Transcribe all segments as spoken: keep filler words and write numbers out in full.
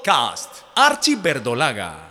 Podcast Archi Verdolaga.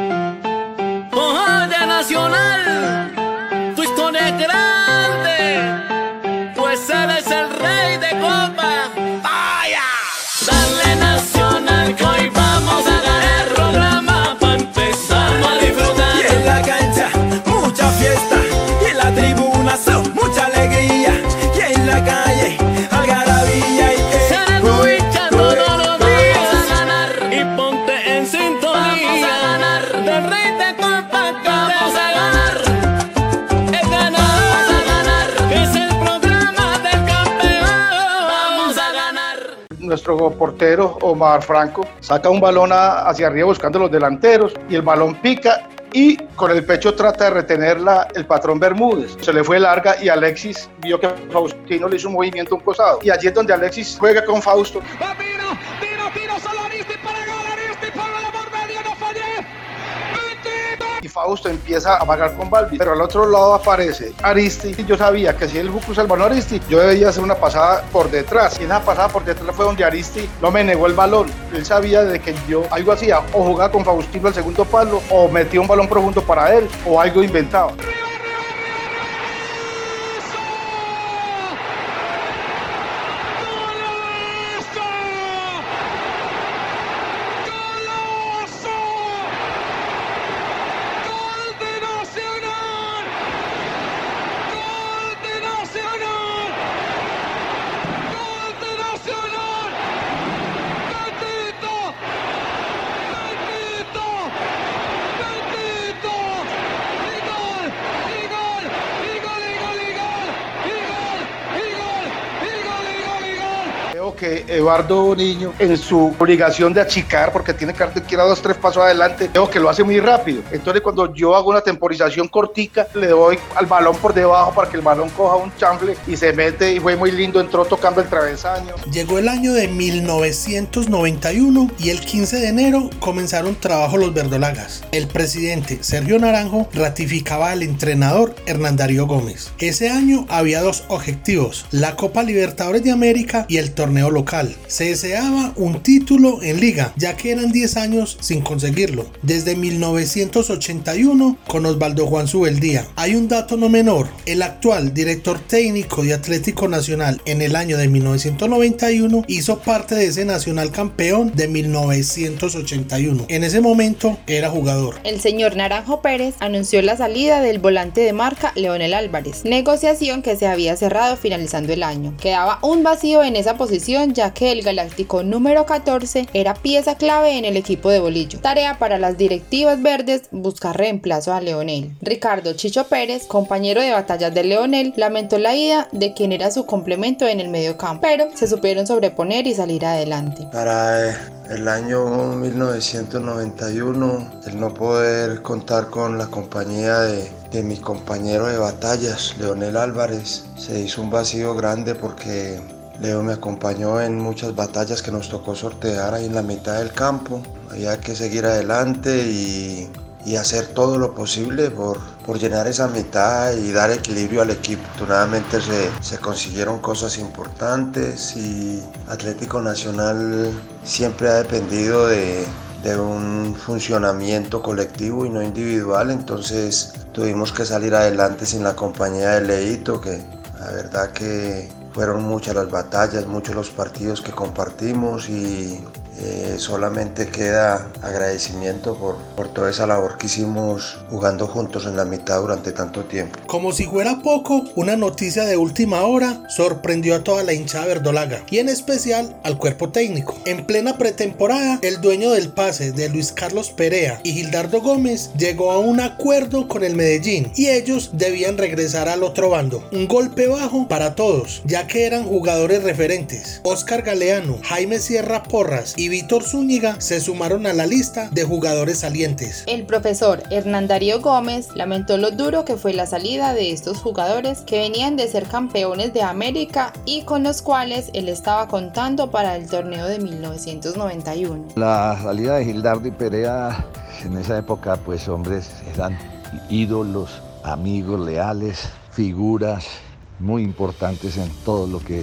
Ojalá Nacional, tu historia es grande, pues eres el rey de copa. ¡Vaya! Dale Nacional, que hoy vamos a ganar el programa para empezar a disfrutar. Y en la cancha, mucha fiesta, y en la tribuna, son mucha alegría, y en la calle, algarabía y que será tu hincha todos los días. Vamos a ganar y ponte en sintonía. Vamos a ganar del rey de copa. Vamos a ganar, es ganar, vamos a ganar, es el programa del campeón. Vamos a ganar. Nuestro portero Omar Franco saca un balón a, hacia arriba buscando los delanteros y el balón pica y con el pecho trata de retenerla el patrón Bermúdez. Se le fue larga y Alexis vio que Faustino le hizo un movimiento a un costado y allí es donde Alexis juega con Fausto. Va tiro, tiro, tiro, solo Aristi para gol, Aristi para la por medio, no fallé. Y Fausto empieza a vagar con Balbi, pero al otro lado aparece Aristi y yo sabía que si él puso el balón a Aristi, yo debía hacer una pasada por detrás y en esa pasada por detrás fue donde Aristi no me negó el balón. Él sabía de que yo algo hacía, o jugaba con Faustino al segundo palo, o metía un balón profundo para él, o algo inventado. Que Eduardo Niño, en su obligación de achicar, porque tiene que ir a dos, tres pasos adelante, veo que lo hace muy rápido. Entonces cuando yo hago una temporización cortica, le doy al balón por debajo para que el balón coja un chanfle y se mete, y fue muy lindo, entró tocando el travesaño. Llegó el año de mil novecientos noventa y uno y el quince de enero comenzaron trabajo los verdolagas. El presidente Sergio Naranjo ratificaba al entrenador Hernán Darío Gómez. Ese año había dos objetivos: la Copa Libertadores de América y el torneo local. Se deseaba un título en liga, ya que eran diez años sin conseguirlo, desde mil novecientos ochenta y uno con Osvaldo Juan Zubeldía. Hay un dato no menor: el actual director técnico de Atlético Nacional en el año de mil novecientos noventa y uno hizo parte de ese Nacional campeón de mil novecientos ochenta y uno. En ese momento era jugador. El señor Naranjo Pérez anunció la salida del volante de marca Leonel Álvarez, negociación que se había cerrado finalizando el año. Quedaba un vacío en esa posición, ya que el galáctico número catorce era pieza clave en el equipo de Bolillo. Tarea para las directivas verdes buscar reemplazo a Leonel. Ricardo Chicho Pérez, compañero de batallas de Leonel, lamentó la ida de quien era su complemento en el mediocampo, pero se supieron sobreponer y salir adelante. Para el año mil novecientos noventa y uno, el no poder contar con la compañía de, de mi compañero de batallas, Leonel Álvarez, se hizo un vacío grande porque Leo me acompañó en muchas batallas que nos tocó sortear ahí en la mitad del campo. Había que seguir adelante y, y hacer todo lo posible por, por llenar esa mitad y dar equilibrio al equipo. Afortunadamente se, se consiguieron cosas importantes y Atlético Nacional siempre ha dependido de, de un funcionamiento colectivo y no individual, entonces tuvimos que salir adelante sin la compañía de Leito, que la verdad que fueron muchas las batallas, muchos los partidos que compartimos y eh, solamente queda agradecimiento por, por toda esa labor que hicimos jugando juntos en la mitad durante tanto tiempo. Como si fuera poco, una noticia de última hora sorprendió a toda la hinchada verdolaga y en especial al cuerpo técnico. En plena pretemporada, el dueño del pase de Luis Carlos Perea y Gildardo Gómez llegó a un acuerdo con el Medellín y ellos debían regresar al otro bando. Un golpe bajo para todos, ya que eran jugadores referentes. Oscar Galeano, Jaime Sierra Porras y Víctor Zúñiga se sumaron a la lista de jugadores salientes. El profesor Hernán Darío Gómez lamentó lo duro que fue la salida de estos jugadores que venían de ser campeones de América y con los cuales él estaba contando para el torneo de mil novecientos noventa y uno. La salida de Gildardo y Perea en esa época, pues hombres, eran ídolos, amigos leales, figuras muy importantes en todo lo que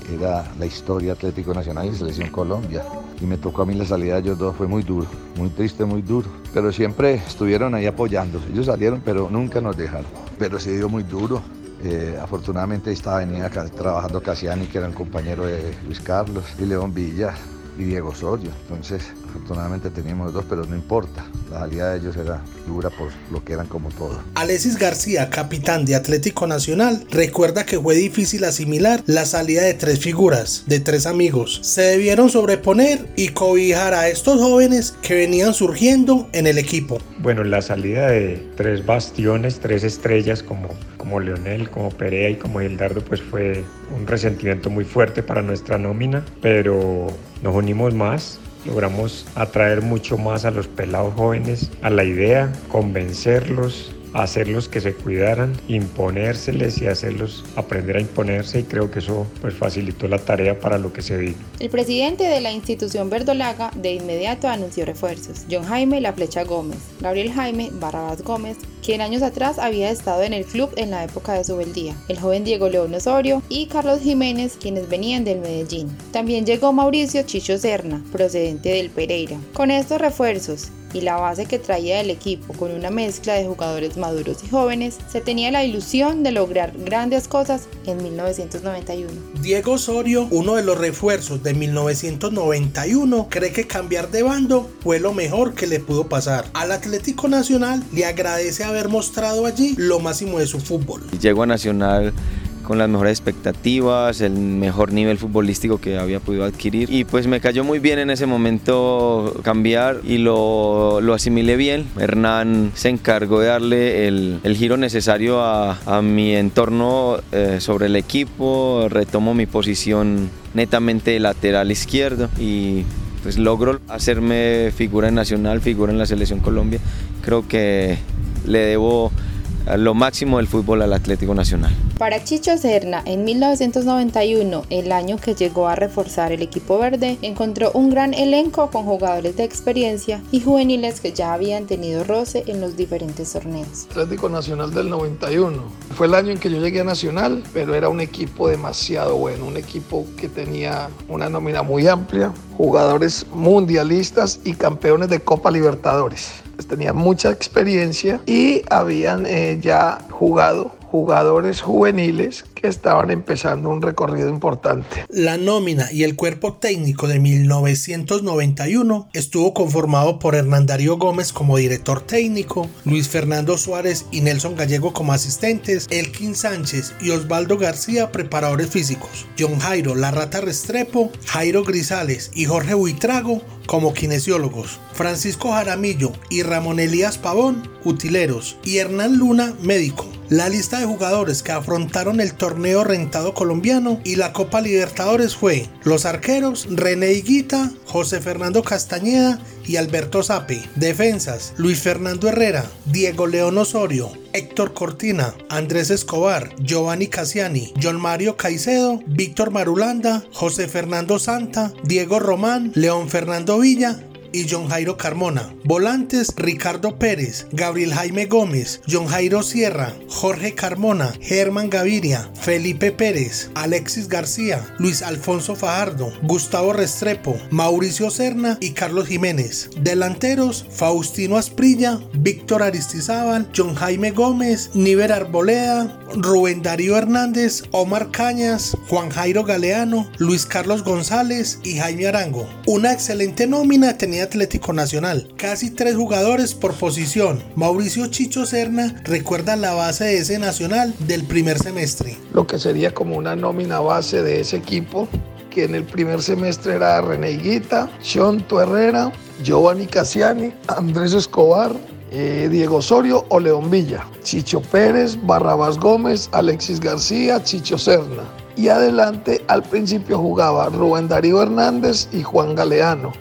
era la historia Atlético Nacional y Selección Colombia. Y me tocó a mí la salida de ellos dos, fue muy duro, muy triste, muy duro. Pero siempre estuvieron ahí apoyando. Ellos salieron, pero nunca nos dejaron. Pero se dio muy duro. Eh, afortunadamente estaba venía acá, trabajando Cassiani, que era un compañero de Luis Carlos, y León Villa y Diego Osorio. Entonces, afortunadamente teníamos dos, pero no importa. La salida de ellos era dura por lo que eran como todos. Alexis García, capitán de Atlético Nacional, recuerda que fue difícil asimilar la salida de tres figuras, de tres amigos. Se debieron sobreponer y cobijar a estos jóvenes que venían surgiendo en el equipo. Bueno, la salida de tres bastiones, tres estrellas como, como Leonel, como Perea y como Gildardo, pues fue un resentimiento muy fuerte para nuestra nómina, pero nos unimos más. Logramos atraer mucho más a los pelados jóvenes a la idea, convencerlos, hacerlos que se cuidaran, imponérseles y hacerlos aprender a imponerse, y creo que eso pues facilitó la tarea para lo que se vino. El presidente de la institución verdolaga de inmediato anunció refuerzos: John Jaime La Flecha Gómez, Gabriel Jaime Barrabás Gómez, quien años atrás había estado en el club en la época de su beldía, el joven Diego León Osorio y Carlos Jiménez, quienes venían del Medellín. También llegó Mauricio Chicho Serna, procedente del Pereira. Con estos refuerzos y la base que traía el equipo, con una mezcla de jugadores maduros y jóvenes, se tenía la ilusión de lograr grandes cosas en mil novecientos noventa y uno. Diego Osorio, uno de los refuerzos de mil novecientos noventa y uno, cree que cambiar de bando fue lo mejor que le pudo pasar. Al Atlético Nacional le agradece haber mostrado allí lo máximo de su fútbol. Llego a Nacional con las mejores expectativas, el mejor nivel futbolístico que había podido adquirir, y pues me cayó muy bien en ese momento cambiar y lo, lo asimilé bien. Hernán se encargó de darle el, el giro necesario a, a mi entorno eh, sobre el equipo, retomo mi posición netamente lateral izquierdo y pues logro hacerme figura en Nacional, figura en la Selección Colombia. Creo que le debo lo máximo del fútbol al Atlético Nacional. Para Chicho Serna, en mil novecientos noventa y uno, el año que llegó a reforzar el equipo verde, encontró un gran elenco con jugadores de experiencia y juveniles que ya habían tenido roce en los diferentes torneos. Atlético Nacional del noventa y uno. Fue el año en que yo llegué a Nacional, pero era un equipo demasiado bueno, un equipo que tenía una nómina muy amplia, jugadores mundialistas y campeones de Copa Libertadores. Tenía mucha experiencia y habían eh, ya jugado jugadores juveniles que estaban empezando un recorrido importante. La nómina y el cuerpo técnico de mil novecientos noventa y uno estuvo conformado por Hernán Darío Gómez como director técnico, Luis Fernando Suárez y Nelson Gallego como asistentes, Elkin Sánchez y Osvaldo García preparadores físicos, John Jairo La Rata Restrepo, Jairo Grisales y Jorge Buitrago como kinesiólogos, Francisco Jaramillo y Ramón Elías Pavón utileros y Hernán Luna médico. La lista de jugadores que afrontaron el torneo rentado colombiano y la Copa Libertadores fue: los arqueros René Higuita, José Fernando Castañeda y Alberto Sape. Defensas: Luis Fernando Herrera, Diego León Osorio, Héctor Cortina, Andrés Escobar, Giovanni Cassiani, John Mario Caicedo, Víctor Marulanda, José Fernando Santa, Diego Román, León Fernando Villa y John Jairo Carmona. Volantes: Ricardo Pérez, Gabriel Jaime Gómez, John Jairo Sierra, Jorge Carmona, Germán Gaviria, Felipe Pérez, Alexis García, Luis Alfonso Fajardo, Gustavo Restrepo, Mauricio Serna y Carlos Jiménez. Delanteros: Faustino Asprilla, Víctor Aristizábal, John Jaime Gómez, Níver Arboleda, Rubén Darío Hernández, Omar Cañas, Juan Jairo Galeano, Luis Carlos González y Jaime Arango. Una excelente nómina tenía Atlético Nacional, casi tres jugadores por posición. Mauricio Chicho Serna recuerda la base de ese Nacional del primer semestre. Lo que sería como una nómina base de ese equipo, que en el primer semestre era René Higuita, Xonto Herrera, Giovanni Cassiani, Andrés Escobar, eh, Diego Osorio o León Villa, Chicho Pérez, Barrabás Gómez, Alexis García, Chicho Serna. Y adelante al principio jugaba Rubén Darío Hernández y Juan Galeano.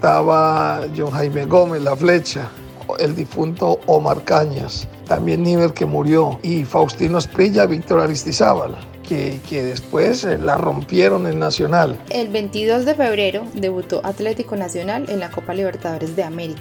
Estaba John Jaime Gómez, La Flecha, el difunto Omar Cañas, también Níver que murió, y Faustino Asprilla, Víctor Aristizábal, que, que después la rompieron en Nacional. El veintidós de febrero debutó Atlético Nacional en la Copa Libertadores de América.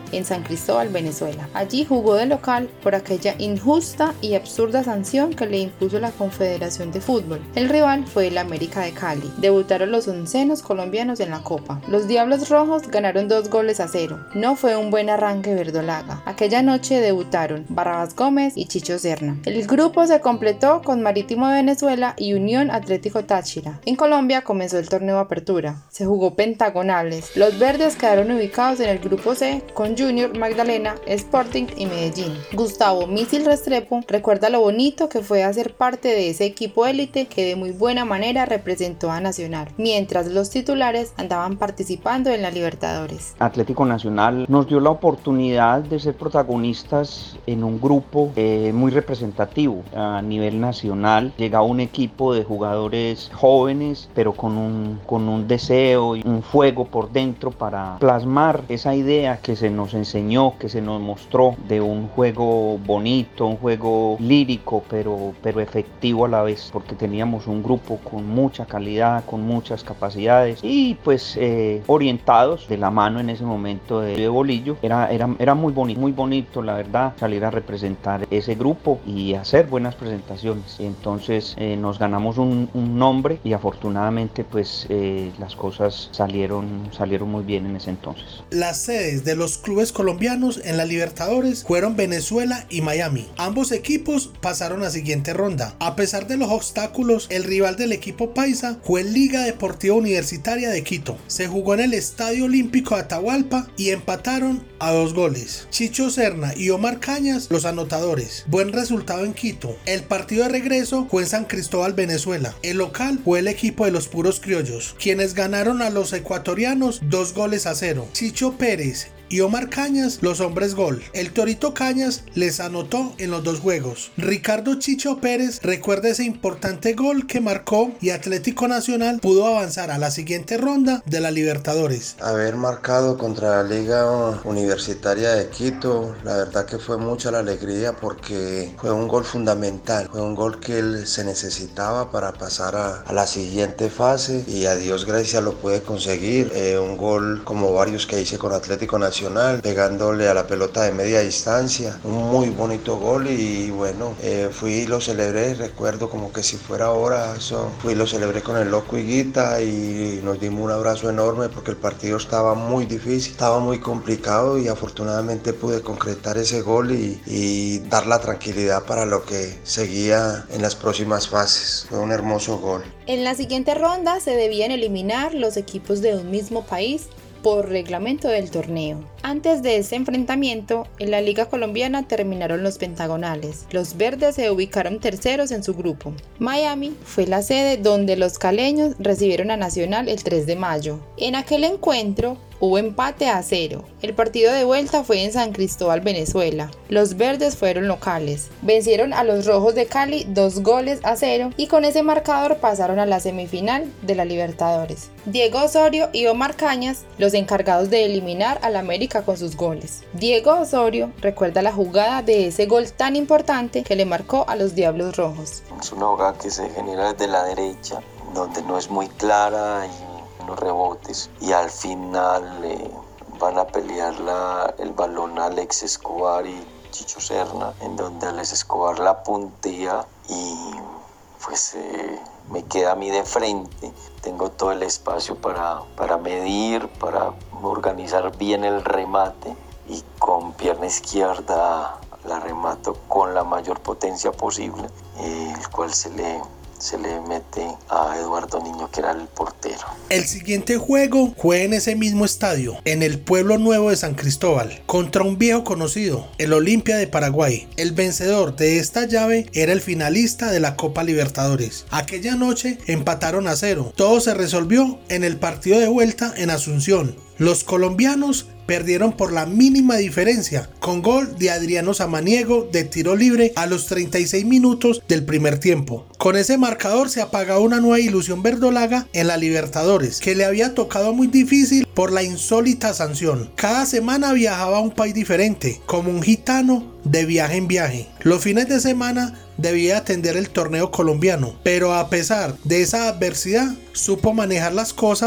en San Cristóbal, Venezuela. Allí jugó de local por aquella injusta y absurda sanción que le impuso la Confederación de Fútbol. El rival fue el América de Cali. Debutaron los oncenos colombianos en la Copa. Los Diablos Rojos ganaron dos goles a cero. No fue un buen arranque verdolaga. Aquella noche debutaron Barrabás Gómez y Chicho Serna. El grupo se completó con Marítimo de Venezuela y Unión Atlético Táchira. En Colombia comenzó el torneo Apertura. Se jugó pentagonales. Los verdes quedaron ubicados en el grupo C con Junior, Magdalena, Sporting y Medellín. Gustavo Misil Restrepo recuerda lo bonito que fue hacer parte de ese equipo élite que de muy buena manera representó a Nacional, mientras los titulares andaban participando en la Libertadores. Atlético Nacional nos dio la oportunidad de ser protagonistas en un grupo eh, muy representativo a nivel nacional. Llegaba un equipo de jugadores jóvenes, pero con un, con un deseo y un fuego por dentro para plasmar esa idea que se nos enseñó, que se nos mostró de un juego bonito, un juego lírico, pero, pero efectivo a la vez, porque teníamos un grupo con mucha calidad, con muchas capacidades y pues eh, orientados de la mano en ese momento de, de Bolillo. Era, era, era muy bonito, muy bonito la verdad, salir a representar ese grupo y hacer buenas presentaciones. Entonces eh, nos ganamos un, un nombre y afortunadamente pues eh, las cosas salieron, salieron muy bien en ese entonces. Las sedes de los clubes colombianos en la Libertadores fueron Venezuela y Miami. Ambos equipos pasaron a siguiente ronda. A pesar de los obstáculos, el rival del equipo paisa fue Liga Deportiva Universitaria de Quito. Se jugó en el Estadio Olímpico de Atahualpa y empataron a dos goles. Chicho Serna y Omar Cañas los anotadores. Buen resultado en Quito. El partido de regreso fue en San Cristóbal, Venezuela. El local fue el equipo de los Puros Criollos, quienes ganaron a los ecuatorianos dos goles a cero. Chicho Pérez y Omar Cañas los hombres gol. El Torito Cañas les anotó en los dos juegos. Ricardo Chicho Pérez recuerda ese importante gol que marcó y Atlético Nacional pudo avanzar a la siguiente ronda de la Libertadores. Haber marcado contra la Liga Universitaria de Quito, la verdad que fue mucha la alegría porque fue un gol fundamental, fue un gol que él se necesitaba para pasar a, a la siguiente fase y a Dios gracias lo pude conseguir. Eh, un gol como varios que hice con Atlético Nacional, pegándole a la pelota de media distancia, un muy bonito gol y bueno, eh, fui y lo celebré, recuerdo como que si fuera ahora, eso, fui y lo celebré con el Loco Higuita y nos dimos un abrazo enorme porque el partido estaba muy difícil, estaba muy complicado y afortunadamente pude concretar ese gol y, y dar la tranquilidad para lo que seguía en las próximas fases. Fue un hermoso gol. En la siguiente ronda se debían eliminar los equipos de un mismo país por reglamento del torneo. Antes de este enfrentamiento, en la Liga Colombiana terminaron los pentagonales. Los verdes se ubicaron terceros en su grupo. Miami fue la sede donde los caleños recibieron a Nacional el tres de mayo. En aquel encuentro hubo empate a cero. El partido de vuelta fue en San Cristóbal, Venezuela. Los verdes fueron locales. Vencieron a los rojos de Cali dos goles a cero y con ese marcador pasaron a la semifinal de la Libertadores. Diego Osorio y Omar Cañas, los encargados de eliminar al América con sus goles. Diego Osorio recuerda la jugada de ese gol tan importante que le marcó a los Diablos Rojos. Es una jugada que se genera desde la derecha, donde no es muy clara y unos rebotes y al final eh, van a pelear la, el balón a Alex Escobar y Chicho Serna, en donde Alex Escobar la puntía y pues eh, me queda a mí de frente. Tengo todo el espacio para, para medir, para organizar bien el remate y con pierna izquierda la remato con la mayor potencia posible, eh, el cual se le, se le mete a Eduardo Niño, que era el portero. El siguiente juego fue en ese mismo estadio, en el Pueblo Nuevo de San Cristóbal, contra un viejo conocido, el Olimpia de Paraguay. El vencedor de esta llave era el finalista de la Copa Libertadores. Aquella noche empataron a cero. Todo se resolvió en el partido de vuelta en Asunción. Los colombianos perdieron por la mínima diferencia, con gol de Adriano Samaniego de tiro libre a los treinta y seis minutos del primer tiempo. Con ese marcador se apagaba una nueva ilusión verdolaga en la Libertadores, que le había tocado muy difícil por la insólita sanción. Cada semana viajaba a un país diferente, como un gitano de viaje en viaje. Los fines de semana debía atender el torneo colombiano, pero a pesar de esa adversidad, supo manejar las cosas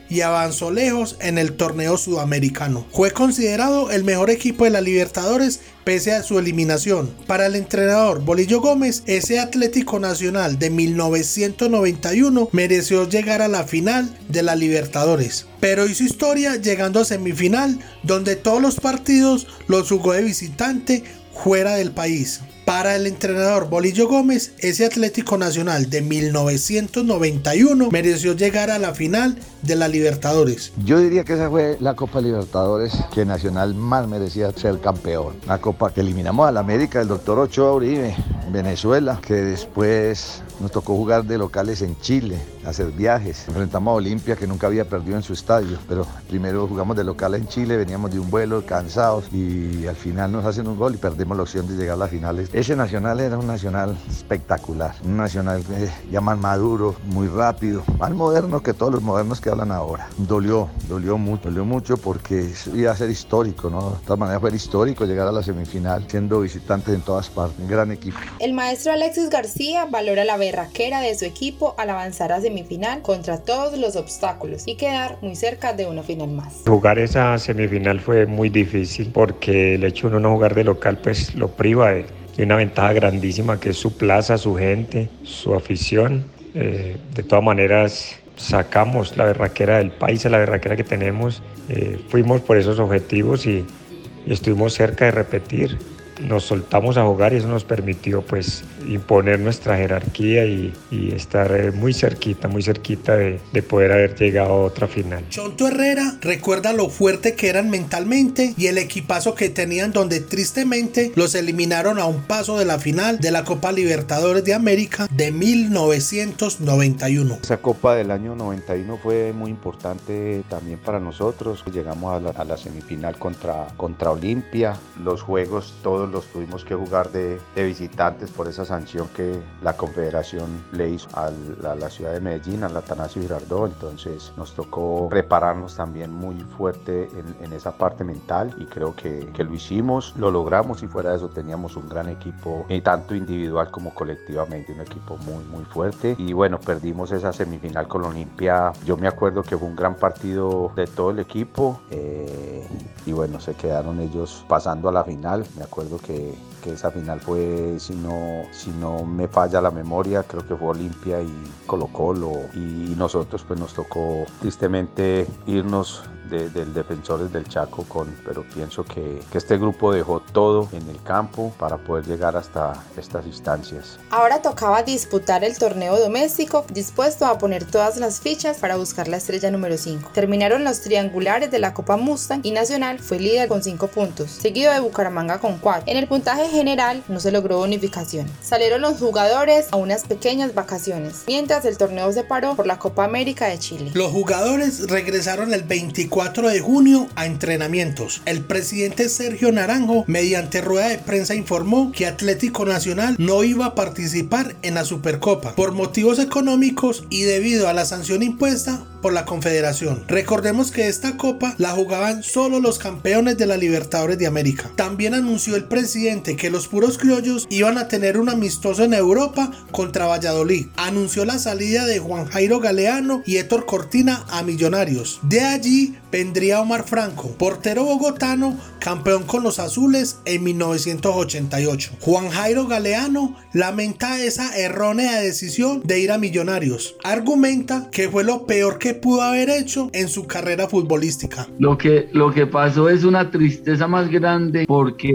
y avanzó lejos en el torneo sudamericano. Fue considerado el mejor equipo de la Libertadores pese a su eliminación. Para el entrenador Bolillo Gómez, ese Atlético Nacional de mil novecientos noventa y uno mereció llegar a la final de la Libertadores, pero hizo historia llegando a semifinal, donde todos los partidos los jugó de visitante fuera del país. Para el entrenador Bolillo Gómez, ese Atlético Nacional de mil novecientos noventa y uno mereció llegar a la final de la Libertadores. Yo diría que esa fue la Copa Libertadores que Nacional más merecía ser campeón. Una copa que eliminamos a la América del doctor Ochoa Uribe en Venezuela, que después nos tocó jugar de locales en Chile, hacer viajes. Enfrentamos a Olimpia, que nunca había perdido en su estadio, pero primero jugamos de local en Chile, veníamos de un vuelo cansados y al final nos hacen un gol y perdemos la opción de llegar a las finales. Ese Nacional era un Nacional espectacular, un Nacional eh, ya más maduro, muy rápido, más moderno que todos los modernos que hablan ahora. Dolió, dolió mucho, dolió mucho porque iba a ser histórico, ¿no? De todas maneras fue histórico llegar a la semifinal siendo visitantes en todas partes, un gran equipo. El maestro Alexis García valora la berraquera de su equipo al avanzar a semifinal contra todos los obstáculos y quedar muy cerca de una final más. Jugar esa semifinal fue muy difícil porque el hecho de uno no jugar de local pues lo priva de, de una ventaja grandísima que es su plaza, su gente, su afición. Eh, de todas maneras sacamos la berraquera del país, la berraquera que tenemos, eh, fuimos por esos objetivos y, y estuvimos cerca de repetir. Nos soltamos a jugar y eso nos permitió pues imponer nuestra jerarquía y, y estar muy cerquita, muy cerquita de, de poder haber llegado a otra final. Chonto Herrera recuerda lo fuerte que eran mentalmente y el equipazo que tenían, donde tristemente los eliminaron a un paso de la final de la Copa Libertadores de América de mil novecientos noventa y uno. Esa Copa del año noventa y uno fue muy importante también para nosotros. Llegamos a la, a la semifinal contra, contra Olimpia. Los juegos todos los tuvimos que jugar de, de visitantes por esa sanción que la Confederación le hizo a la, a la ciudad de Medellín, al Atanasio Girardot. Entonces nos tocó prepararnos también muy fuerte en, en esa parte mental y creo que, que lo hicimos, lo logramos y fuera de eso teníamos un gran equipo, eh, tanto individual como colectivamente, un equipo muy muy fuerte y bueno, perdimos esa semifinal con Olimpia. Yo me acuerdo que fue un gran partido de todo el equipo eh, y bueno, se quedaron ellos pasando a la final. Me acuerdo que, que esa final fue, si no, si no me falla la memoria, creo que fue Olimpia y Colo-Colo y nosotros pues nos tocó tristemente irnos de, del Defensores del Chaco, con, pero pienso que, que este grupo dejó todo en el campo para poder llegar hasta estas instancias. Ahora tocaba disputar el torneo doméstico, dispuesto a poner todas las fichas para buscar la estrella número cinco. Terminaron los triangulares de la Copa Mustang y Nacional fue líder con cinco puntos, seguido de Bucaramanga con cuatro. En el puntaje general no se logró unificación. Salieron los jugadores a unas pequeñas vacaciones, mientras el torneo se paró por la Copa América de Chile. Los jugadores regresaron el veinticuatro de junio a entrenamientos. El presidente Sergio Naranjo, mediante rueda de prensa, informó que Atlético Nacional no iba a participar en la Supercopa por motivos económicos y debido a la sanción impuesta por la Confederación. Recordemos que esta copa la jugaban solo los campeones de la Libertadores de América. También anunció el presidente que los puros criollos iban a tener un amistoso en Europa contra Valladolid. Anunció la salida de Juan Jairo Galeano y Héctor Cortina a Millonarios. De allí vendría Omar Franco, portero bogotano, campeón con los azules en mil novecientos ochenta y ocho. Juan Jairo Galeano lamenta esa errónea decisión de ir a Millonarios. Argumenta que fue lo peor que pudo haber hecho en su carrera futbolística. Lo que, lo que pasó es una tristeza más grande porque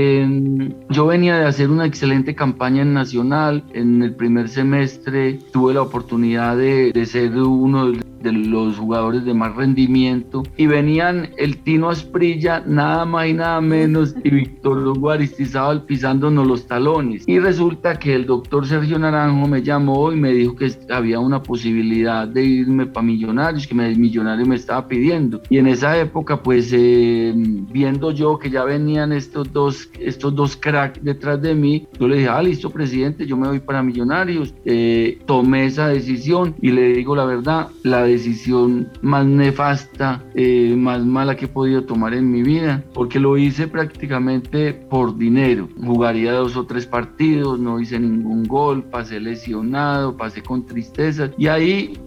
eh, yo venía de hacer una excelente campaña en Nacional. En el primer semestre tuve la oportunidad de, de ser uno de de los jugadores de más rendimiento y venían el Tino Asprilla, nada más y nada menos, y Víctor Hugo Aristizábal pisándonos los talones, y resulta que el doctor Sergio Naranjo me llamó y me dijo que había una posibilidad de irme para Millonarios, que me, Millonarios me estaba pidiendo, y en esa época pues eh, viendo yo que ya venían estos dos estos dos cracks detrás de mí, yo le dije, ah listo presidente, yo me voy para Millonarios. Eh, tomé esa decisión y le digo la verdad, la decisión más nefasta, eh, más mala que he podido tomar en mi vida, porque lo hice prácticamente por dinero. Jugaría dos o tres partidos, no hice ningún gol, pasé lesionado, pasé con tristezas, y ahí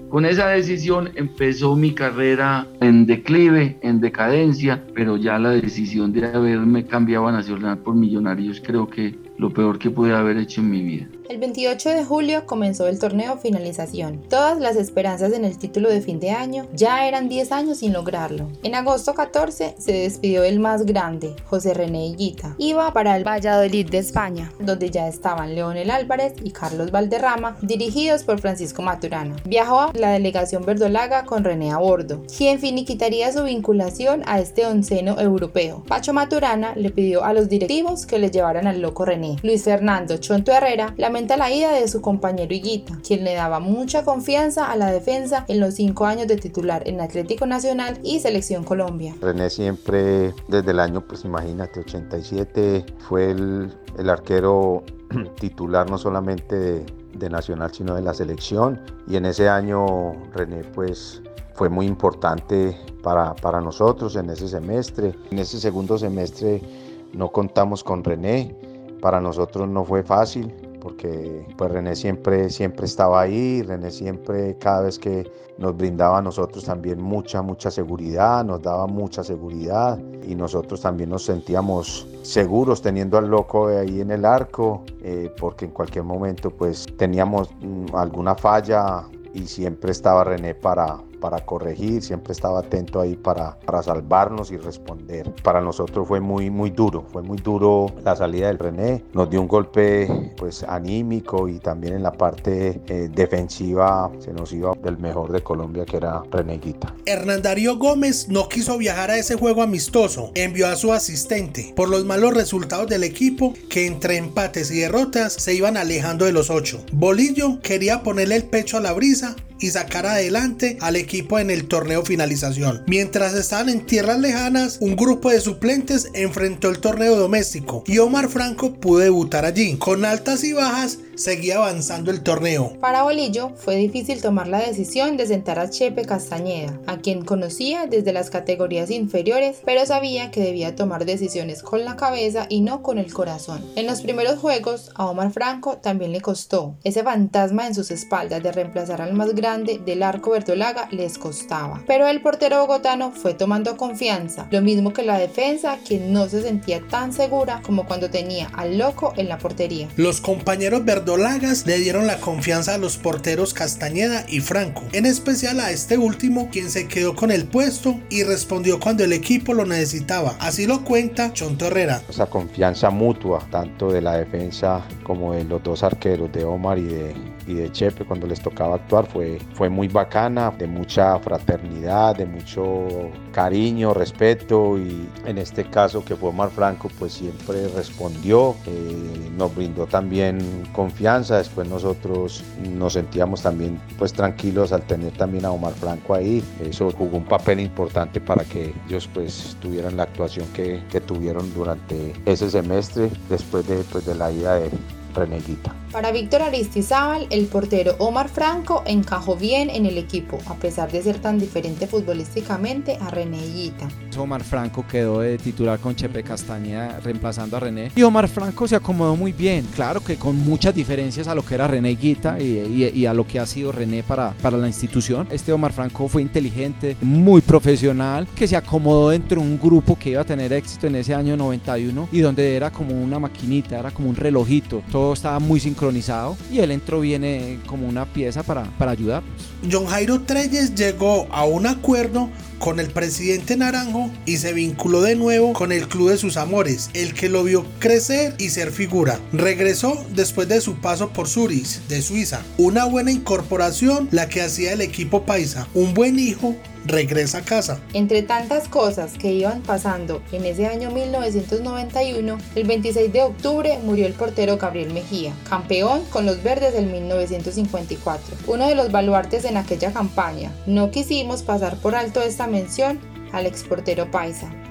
Con esa decisión empezó mi carrera en declive, en decadencia, pero ya la decisión de haberme cambiado a Nacional por Millonarios creo que lo peor que pude haber hecho en mi vida. El veintiocho de julio comenzó el torneo finalización. Todas las esperanzas en el título de fin de año ya eran diez años sin lograrlo. En agosto catorce se despidió el más grande, José René Higuita. Iba para el Valladolid de España, donde ya estaban Leonel Álvarez y Carlos Valderrama, dirigidos por Francisco Maturana. Viajó a la delegación verdolaga con René a bordo, quien finiquitaría su vinculación a este onceno europeo. Pacho Maturana le pidió a los directivos que le llevaran al loco René. Luis Fernando Chonto Herrera lamenta la ida de su compañero Higuita, quien le daba mucha confianza a la defensa en los cinco años de titular en Atlético Nacional y Selección Colombia. René siempre, desde el año, pues imagínate, ochenta y siete, fue el, el arquero titular no solamente de, de Nacional, sino de la selección, y en ese año René pues fue muy importante para, para nosotros en ese semestre. En ese segundo semestre no contamos con René. Para nosotros no fue fácil porque pues René siempre, siempre estaba ahí, René siempre cada vez que nos brindaba a nosotros también mucha, mucha seguridad, nos daba mucha seguridad y nosotros también nos sentíamos seguros teniendo al loco ahí en el arco, eh, porque en cualquier momento pues teníamos mm, alguna falla y siempre estaba René para, para corregir, siempre estaba atento ahí para, para salvarnos y responder. Para nosotros fue muy, muy duro, fue muy duro la salida del René, nos dio un golpe pues anímico y también en la parte eh, defensiva se nos iba del mejor de Colombia, que era René Higuita. Hernán Darío Gómez no quiso viajar a ese juego amistoso, envió a su asistente por los malos resultados del equipo que entre empates y derrotas se iban alejando de los ocho. Bolillo quería ponerle el pecho a la brisa y sacar adelante al equipo en el torneo finalización. Mientras estaban en tierras lejanas, un grupo de suplentes enfrentó el torneo doméstico y Omar Franco pudo debutar allí. Con altas y bajas, seguía avanzando el torneo. Para Bolillo fue difícil tomar la decisión de sentar a Chepe Castañeda, a quien conocía desde las categorías inferiores, pero sabía que debía tomar decisiones con la cabeza y no con el corazón. En los primeros juegos, a Omar Franco también le costó. Ese fantasma en sus espaldas de reemplazar al más grande del arco verdolaga les costaba, pero el portero bogotano fue tomando confianza, lo mismo que la defensa, quien no se sentía tan segura como cuando tenía al loco en la portería. Los compañeros verdolagas le dieron la confianza a los porteros Castañeda y Franco, en especial a este último, quien se quedó con el puesto y respondió cuando el equipo lo necesitaba. Así lo cuenta Chonto Herrera. Esa confianza mutua, tanto de la defensa como de los dos arqueros, de Omar y de, y de Chepe, cuando les tocaba actuar, fue Fue muy bacana, de mucha fraternidad, de mucho cariño, respeto, y en este caso que fue Omar Franco pues siempre respondió, eh, nos brindó también confianza. Después nosotros nos sentíamos también pues tranquilos al tener también a Omar Franco ahí. Eso jugó un papel importante para que ellos pues tuvieran la actuación que, que tuvieron durante ese semestre después de, pues, de la ida de René Higuita. Para Víctor Aristizábal, el portero Omar Franco encajó bien en el equipo, a pesar de ser tan diferente futbolísticamente a René Higuita. Omar Franco quedó de titular con Chepe Castañeda reemplazando a René, y Omar Franco se acomodó muy bien, claro que con muchas diferencias a lo que era René Higuita y, y, y a lo que ha sido René para, para la institución. Este Omar Franco fue inteligente, muy profesional, que se acomodó dentro de un grupo que iba a tener éxito en ese año noventa y uno y donde era como una maquinita, era como un relojito, todo estaba muy sincronizado y él entró bien eh, como una pieza para, para ayudarnos. John Jairo Treyes llegó a un acuerdo con el presidente Naranjo y se vinculó de nuevo con el club de sus amores, el que lo vio crecer y ser figura. Regresó después de su paso por Zurich de Suiza. Una buena incorporación la que hacía el equipo paisa. Un buen hijo regresa a casa. Entre tantas cosas que iban pasando en ese año mil novecientos noventa y uno, el veintiséis de octubre murió el portero Gabriel Mejía, campeón con los verdes del mil novecientos cincuenta y cuatro, uno de los baluartes en aquella campaña. No quisimos pasar por alto esta mención al exportero paisa.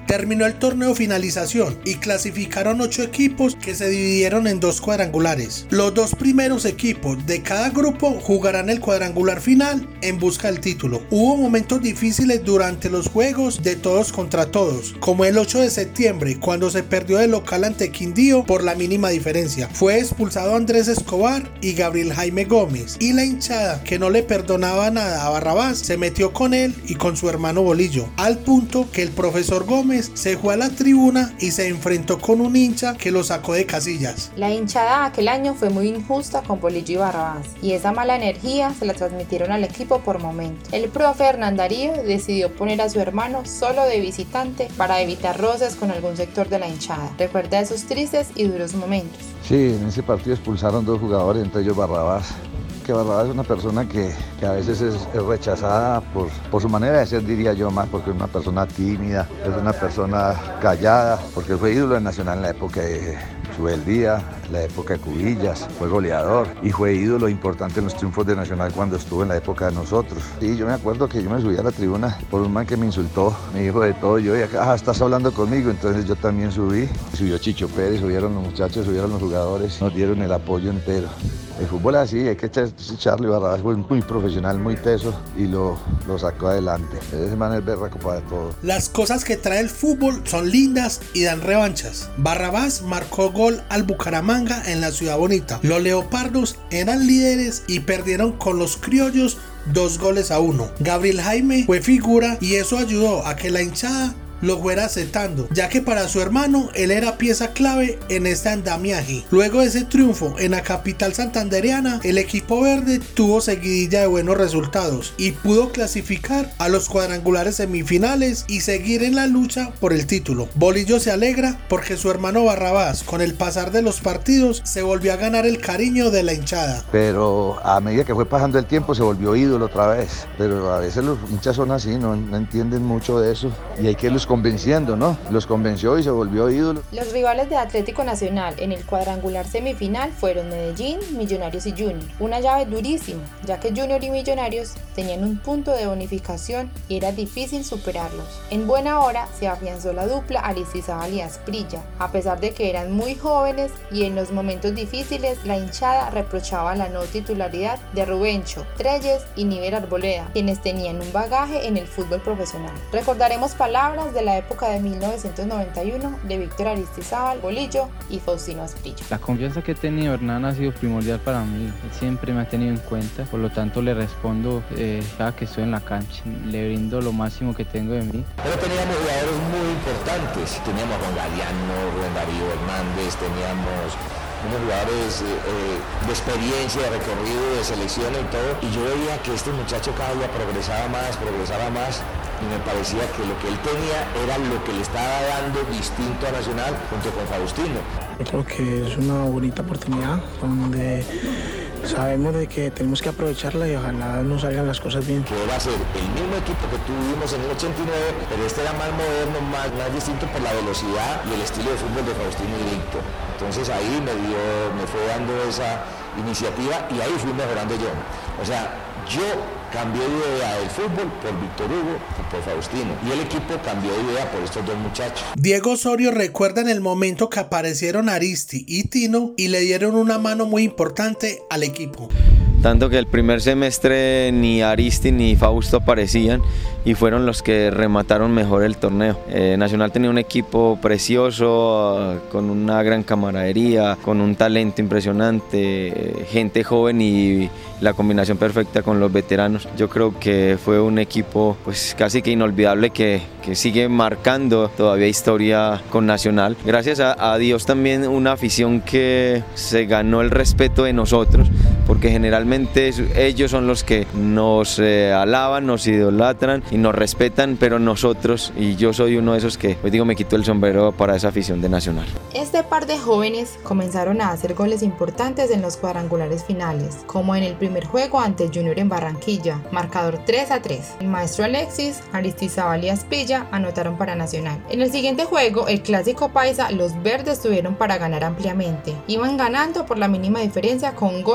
Terminó el torneo finalización y clasificaron ocho equipos que se dividieron en dos cuadrangulares. Los dos primeros equipos de cada grupo jugarán el cuadrangular final en busca del título. Hubo momentos difíciles durante los juegos de todos contra todos, como el ocho de septiembre cuando se perdió de local ante Quindío por la mínima diferencia. Fue expulsado Andrés Escobar y Gabriel Jaime Gómez, y la hinchada, que no le perdonaba nada a Barrabás, se metió con él y con su hermano Bolillo, al punto que el profesor Gómez se fue a la tribuna y se enfrentó con un hincha que lo sacó de casillas. La hinchada aquel año fue muy injusta con Bolillo y Barrabás, y esa mala energía se la transmitieron al equipo por momentos. El profe Hernán Darío decidió poner a su hermano solo de visitante para evitar roces con algún sector de la hinchada. Recuerda esos tristes y duros momentos. Sí, en ese partido expulsaron dos jugadores, entre ellos Barrabás. Que Barrabás es una persona que, que a veces es, es rechazada por, por su manera de ser, diría yo, más porque es una persona tímida, es una persona callada, porque fue ídolo de Nacional en la época de Subeldía, en la época de Cubillas, fue goleador y fue ídolo importante en los triunfos de Nacional cuando estuvo en la época de nosotros. Sí, yo me acuerdo que yo me subí a la tribuna por un man que me insultó, me dijo de todo, yo dije, ah, estás hablando conmigo, entonces yo también subí, subió Chicho Pérez, subieron los muchachos, subieron los jugadores, nos dieron el apoyo entero. El fútbol es así, hay que echarle. Barrabás fue muy profesional, muy teso y lo, lo sacó adelante. Ese man es berraco para todo. Las cosas que trae el fútbol son lindas y dan revanchas. Barrabás marcó gol al Bucaramanga en la Ciudad Bonita. Los leopardos eran líderes y perdieron con los criollos dos goles a uno. Gabriel Jaime fue figura y eso ayudó a que la hinchada lo fuera aceptando, ya que para su hermano él era pieza clave en este andamiaje. Luego de ese triunfo en la capital santandereana, el equipo verde tuvo seguidilla de buenos resultados y pudo clasificar a los cuadrangulares semifinales y seguir en la lucha por el título. Bolillo se alegra porque su hermano Barrabás, con el pasar de los partidos, se volvió a ganar el cariño de la hinchada. Pero a medida que fue pasando el tiempo se volvió ídolo otra vez, pero a veces los hinchas son así, no, no entienden mucho de eso y hay que los convenciendo, ¿no? Los convenció y se volvió ídolo. Los rivales de Atlético Nacional en el cuadrangular semifinal fueron Medellín, Millonarios y Junior. Una llave durísima, ya que Junior y Millonarios tenían un punto de bonificación y era difícil superarlos. En buena hora se afianzó la dupla Aristizábal y Asprilla, a pesar de que eran muy jóvenes y en los momentos difíciles la hinchada reprochaba la no titularidad de Rubencho, Treyes y Níver Arboleda, quienes tenían un bagaje en el fútbol profesional. Recordaremos palabras de la época de mil novecientos noventa y uno de Víctor Aristizábal, Bolillo y Faustino Asprilla. La confianza que he tenido Hernán ha sido primordial para mí, él siempre me ha tenido en cuenta, por lo tanto le respondo eh, cada que estoy en la cancha, le brindo lo máximo que tengo de mí. Pero teníamos jugadores muy importantes, teníamos a Juan Galeano, Rubén Darío Hernández, teníamos unos jugadores eh, eh, de experiencia, de recorrido, de selección y todo, y yo veía que este muchacho cada día progresaba más, progresaba más, y me parecía que lo que él tenía era lo que le estaba dando distinto a Nacional junto con Faustino. Yo creo que es una bonita oportunidad donde sabemos de que tenemos que aprovecharla y ojalá nos salgan las cosas bien. Que va a ser el mismo equipo que tuvimos en el ochenta y nueve, pero este era más moderno, más, más distinto por la velocidad y el estilo de fútbol de Faustino y Víctor. Entonces ahí me, dio, me fue dando esa iniciativa y ahí fui mejorando yo. O sea, yo cambié de idea del fútbol por Víctor Hugo y por Faustino, y el equipo cambió de idea por estos dos muchachos. Diego Osorio recuerda en el momento que aparecieron Aristi y Tino y le dieron una mano muy importante al equipo. Tanto que el primer semestre ni Aristi ni Fausto aparecían y fueron los que remataron mejor el torneo. Eh, Nacional tenía un equipo precioso, con una gran camaradería, con un talento impresionante, gente joven y la combinación perfecta con los veteranos. Yo creo que fue un equipo pues casi que inolvidable que, que sigue marcando todavía historia con Nacional. Gracias a, a Dios también una afición que se ganó el respeto de nosotros, porque generalmente ellos son los que nos eh, alaban, nos idolatran y nos respetan, pero nosotros, y yo soy uno de esos que hoy digo me quito el sombrero para esa afición de Nacional. Este par de jóvenes comenzaron a hacer goles importantes en los cuadrangulares finales, como en el primer juego ante Junior en Barranquilla, marcador tres a tres. El maestro Alexis, Aristizábal y Asprilla anotaron para Nacional. En el siguiente juego, el clásico paisa, los verdes tuvieron para ganar ampliamente. Iban ganando por la mínima diferencia con gol de Aristizábal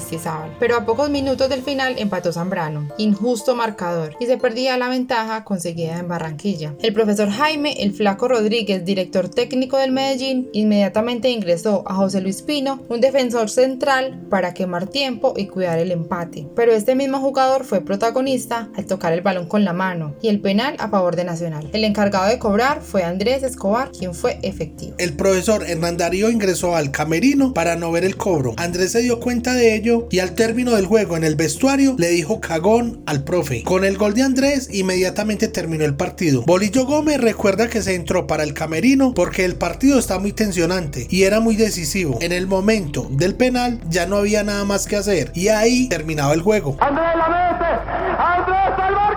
Aristizábal, pero a pocos minutos del final empató Zambrano, injusto marcador, y se perdía la ventaja conseguida en Barranquilla. El profesor Jaime El Flaco Rodríguez, director técnico del Medellín, inmediatamente ingresó a José Luis Pino, un defensor central, para quemar tiempo y cuidar el empate, pero este mismo jugador fue protagonista al tocar el balón con la mano y el penal a favor de Nacional. El encargado de cobrar fue Andrés Escobar, quien fue efectivo. El profesor Hernán Darío ingresó al camerino para no ver el cobro. Andrés se dio cuenta de ello y al término del juego en el vestuario le dijo cagón al profe. Con el gol de Andrés inmediatamente terminó el partido. Bolillo Gómez recuerda que se entró para el camerino porque el partido está muy tensionante y era muy decisivo. En el momento del penal ya no había nada más que hacer y ahí terminaba el juego. Andrés la mete, Andrés Salvar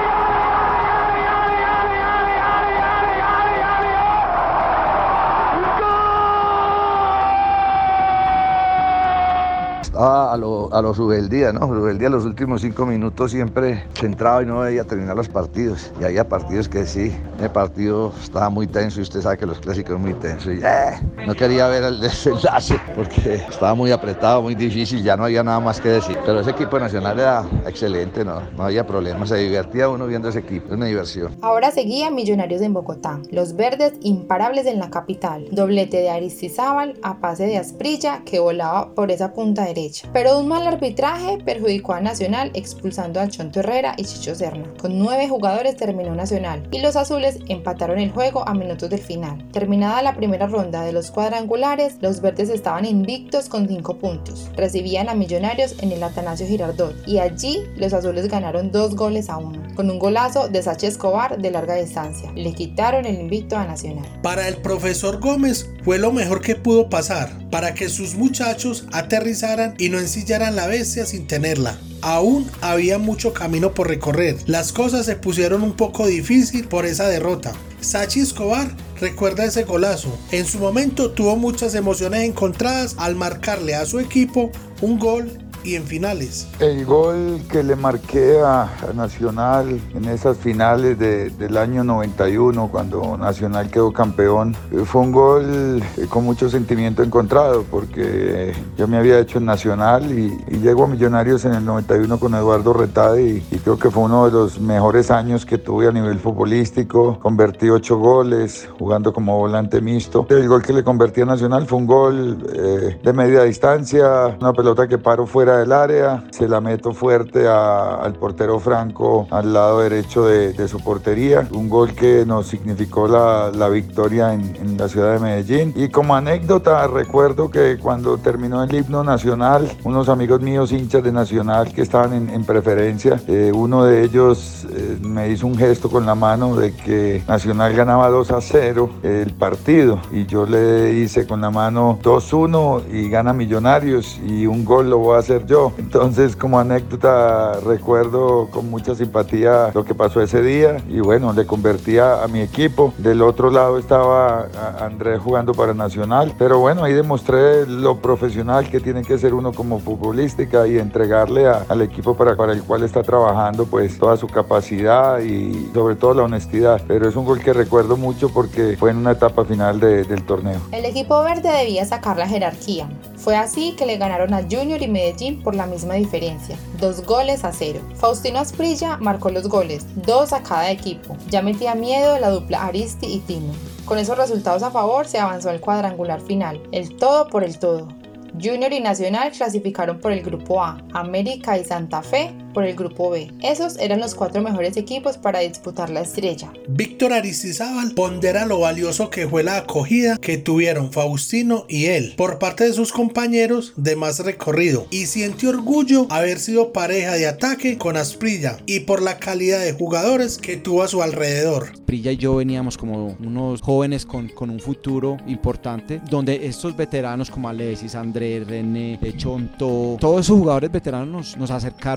Ah, a lo, a lo Subeldía, ¿no? Subeldía los últimos cinco minutos siempre se entraba y no veía terminar los partidos. Y había partidos que sí, el partido estaba muy tenso y usted sabe que los clásicos son muy tensos. Y eh, no quería ver el desenlace porque estaba muy apretado, muy difícil, ya no había nada más que decir. Pero ese equipo nacional era excelente, no, no había problema, se divertía uno viendo ese equipo, es una diversión. Ahora seguía Millonarios en Bogotá, los verdes imparables en la capital, doblete de Aristizábal a pase de Asprilla que volaba por esa punta derecha. Pero un mal arbitraje perjudicó a Nacional expulsando a Chonto Herrera y Chicho Serna. Con nueve jugadores terminó Nacional y los azules empataron el juego a minutos del final. Terminada la primera ronda de los cuadrangulares, los verdes estaban invictos con cinco puntos. Recibían a Millonarios en el Atanasio Girardot y allí los azules ganaron dos goles a uno, con un golazo de Sachi Escobar de larga distancia. Le quitaron el invicto a Nacional. Para el profesor Gómez fue lo mejor que pudo pasar para que sus muchachos aterrizaran y no ensillaran la bestia sin tenerla. Aún había mucho camino por recorrer. Las cosas se pusieron un poco difícil por esa derrota. Sachi Escobar recuerda ese golazo. En su momento tuvo muchas emociones encontradas al marcarle a su equipo un gol y en finales. El gol que le marqué a, a Nacional en esas finales de, del año noventa y uno, cuando Nacional quedó campeón, fue un gol con mucho sentimiento encontrado, porque yo me había hecho en Nacional y, y llego a Millonarios en el noventa y uno con Eduardo Retade y, y creo que fue uno de los mejores años que tuve a nivel futbolístico. Convertí ocho goles jugando como volante mixto. El gol que le convertí a Nacional fue un gol eh, de media distancia, una pelota que paro fuera del área, se la meto fuerte a, al portero Franco al lado derecho de, de su portería, un gol que nos significó la, la victoria en, en la ciudad de Medellín. Y como anécdota recuerdo que cuando terminó el himno nacional, unos amigos míos hinchas de Nacional que estaban en, en preferencia, eh, uno de ellos eh, me hizo un gesto con la mano de que Nacional ganaba dos a cero el partido y yo le hice con la mano dos uno y gana Millonarios y un gol lo voy a hacer yo. Entonces, como anécdota, recuerdo con mucha simpatía lo que pasó ese día y bueno, le convertía a mi equipo. Del otro lado estaba Andrés jugando para Nacional, pero bueno, ahí demostré lo profesional que tiene que ser uno como futbolística y entregarle a, al equipo para, para el cual está trabajando pues toda su capacidad y sobre todo la honestidad. Pero es un gol que recuerdo mucho porque fue en una etapa final de, del torneo. El equipo verde debía sacar la jerarquía. Fue así que le ganaron a Junior y Medellín por la misma diferencia, dos goles a cero. Faustino Asprilla marcó los goles, dos a cada equipo. Ya metía miedo la dupla Aristi y Tino. Con esos resultados a favor se avanzó al cuadrangular final, el todo por el todo. Junior y Nacional clasificaron por el grupo A, América y Santa Fe por el grupo B. Esos eran los cuatro mejores equipos para disputar la estrella. Víctor Aristizábal pondera lo valioso que fue la acogida que tuvieron Faustino y él por parte de sus compañeros de más recorrido y siente orgullo haber sido pareja de ataque con Asprilla y por la calidad de jugadores que tuvo a su alrededor. Asprilla y yo veníamos como unos jóvenes con, con un futuro importante, donde estos veteranos como Alexis, Andrés, René, Chonto, todos esos jugadores veteranos nos, nos acercaron muy bien.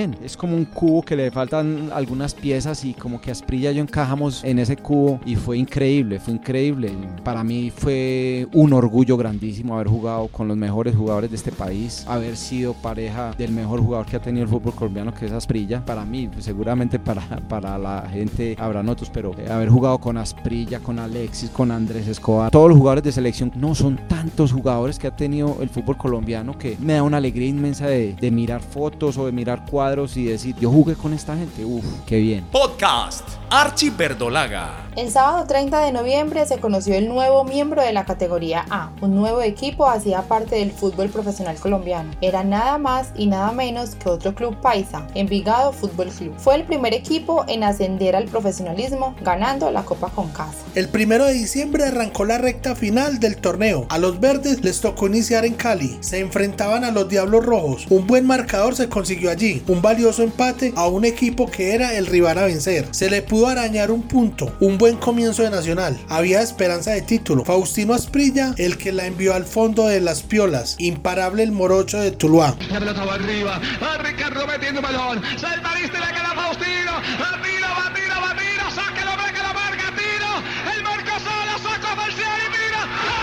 bien. Es como un cubo que le faltan algunas piezas y como que Asprilla y yo encajamos en ese cubo y fue increíble, fue increíble. Para mí fue un orgullo grandísimo haber jugado con los mejores jugadores de este país, haber sido pareja del mejor jugador que ha tenido el fútbol colombiano, que es Asprilla. Para mí, seguramente para, para la gente habrán otros, pero eh, haber jugado con Asprilla, con Alexis, con Andrés Escobar, todos los jugadores de selección, no son tantos jugadores que ha tenido el fútbol colombiano que me da una alegría inmensa de, de mirar fotos o de mirar cuadros y decir, yo jugué con esta gente, uff, qué bien. Podcast Archie Verdolaga. El sábado treinta de noviembre se conoció el nuevo miembro de la categoría A. Un nuevo equipo hacía parte del fútbol profesional colombiano. Era nada más y nada menos que otro club paisa, Envigado Fútbol Club. Fue el primer equipo en ascender al profesionalismo, ganando la Copa Concasa. El primero de diciembre arrancó la recta final del torneo. A los verdes les tocó iniciar en Cali. Se enfrentaban a los Diablos Rojos. Un buen marcador se consiguió allí. Un valioso empate a un equipo que era el rival a vencer. Se le pudo arañar un punto. Un buen comienzo de Nacional. Había esperanza de título. Faustino Asprilla, el que la envió al fondo de las piolas. Imparable el morocho de Tuluá. La pelota va arriba. A Ricardo metiendo balón. Salta Aristi, le queda Faustino. A tiro, va tiro, va tiro. Saca el hombre que lo marca. Tiro. El marco solo. Sacó del cielo y tiro.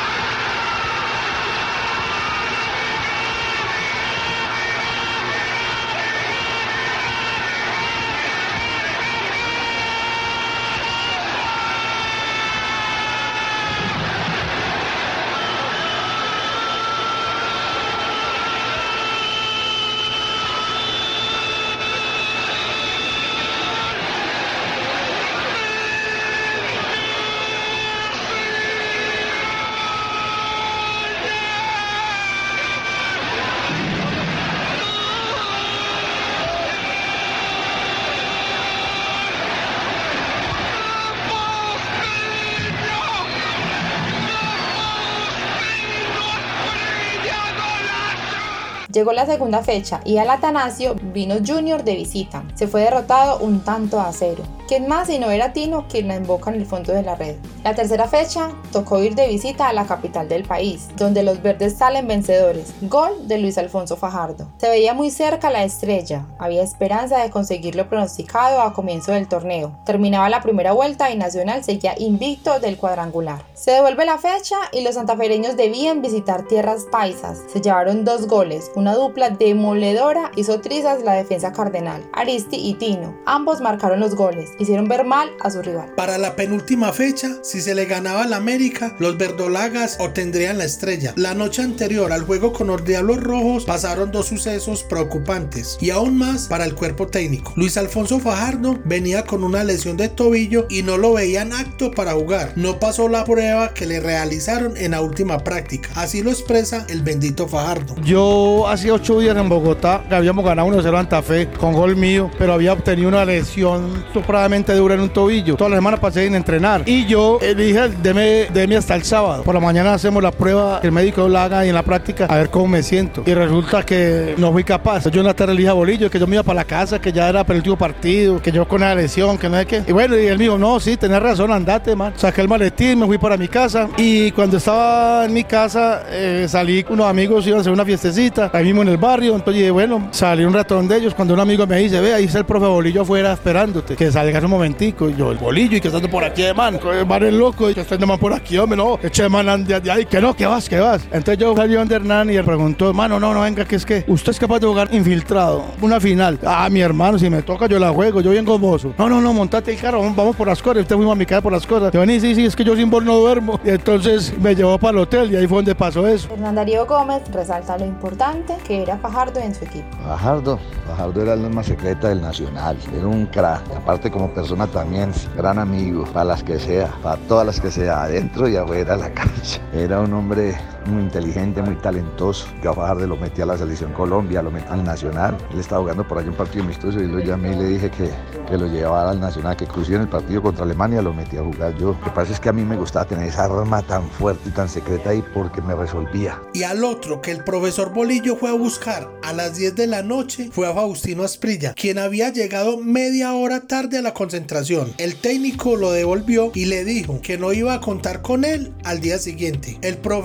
Llegó la segunda fecha y al Atanasio vino Junior de visita. Se fue derrotado un tanto a cero. ¿Quién más si no era Tino quien la emboca en el fondo de la red? La tercera fecha tocó ir de visita a la capital del país, donde los verdes salen vencedores. Gol de Luis Alfonso Fajardo. Se veía muy cerca la estrella. Había esperanza de conseguir lo pronosticado a comienzo del torneo. Terminaba la primera vuelta y Nacional seguía invicto del cuadrangular. Se devuelve la fecha y los santafereños debían visitar tierras paisas. Se llevaron dos goles. Una dupla demoledora hizo trizas la defensa cardenal. Aristi y Tino. Ambos marcaron los goles. Hicieron ver mal a su rival. Para la penúltima fecha, si se le ganaba al América, los verdolagas obtendrían la estrella. La noche anterior al juego con los Diablos Rojos pasaron dos sucesos preocupantes y aún más para el cuerpo técnico. Luis Alfonso Fajardo venía con una lesión de tobillo y no lo veían apto para jugar. No pasó la prueba que le realizaron en la última práctica. Así lo expresa el bendito Fajardo. Yo hace ocho días en Bogotá que habíamos ganado uno cero a Santa Fe con gol mío, pero había obtenido una lesión supremamente dura en un tobillo. Toda la semana pasé sin entrenar y yo eh, dije, deme, deme hasta el sábado. Por la mañana hacemos la prueba, que el médico la haga y en la práctica a ver cómo me siento. Y resulta que no fui capaz. Yo en la tarde le dije a Bolillo que yo me iba para la casa, que ya era para el último partido, que yo con la lesión, que no sé qué. Y bueno, y él me dijo, no, sí, tenés razón, andate, man. Saqué el maletín, me fui para mi casa y cuando estaba en mi casa eh, salí con unos amigos, iban a hacer una fiestecita ahí mismo en el barrio. Entonces dije, bueno, salí un ratón de ellos cuando un amigo me dice, ve, ahí está el profe Bolillo afuera esperándote, que salgas un momentico. Y yo, el Bolillo, y que estás por aquí, man, el man es loco, y que estás man por aquí, hombre, no, eche man ande de ahí, que no, que vas, que vas. Entonces yo salí a Hernán y él preguntó, mano, no, no, venga, que es que usted es capaz de jugar infiltrado, una final. Ah, mi hermano, si me toca yo la juego, yo bien gomoso. No, no, no, montate el carro, vamos por las cosas. Usted fuimos a mi casa por las cosas. Yo vení, sí, sí, es que yo sin vos no duermo. Y entonces me llevó para el hotel y ahí fue donde pasó eso. Hernán Darío Gómez resalta lo importante que era Fajardo en su equipo. Fajardo, Fajardo era el alma secreta del Nacional, era un crack, y aparte como persona también, gran amigo, para las que sea, para todas las que sea, adentro y afuera de la cancha. Era un hombre muy inteligente, muy talentoso. Yo a Fajardo lo metí a la selección Colombia, lo metí al Nacional. Él estaba jugando por allí un partido amistoso y lo llamé y le dije que, que lo llevara al Nacional, que inclusive en el partido contra Alemania lo metí a jugar yo. Lo que pasa es que a mí me gustaba tener esa arma tan fuerte y tan secreta ahí porque me resolvía. Y al otro que el profesor Bolillo fue a buscar a las diez de la noche fue a Faustino Asprilla, quien había llegado media hora tarde a la concentración. El técnico lo devolvió y le dijo que no iba a contar con él al día siguiente. El profesor en la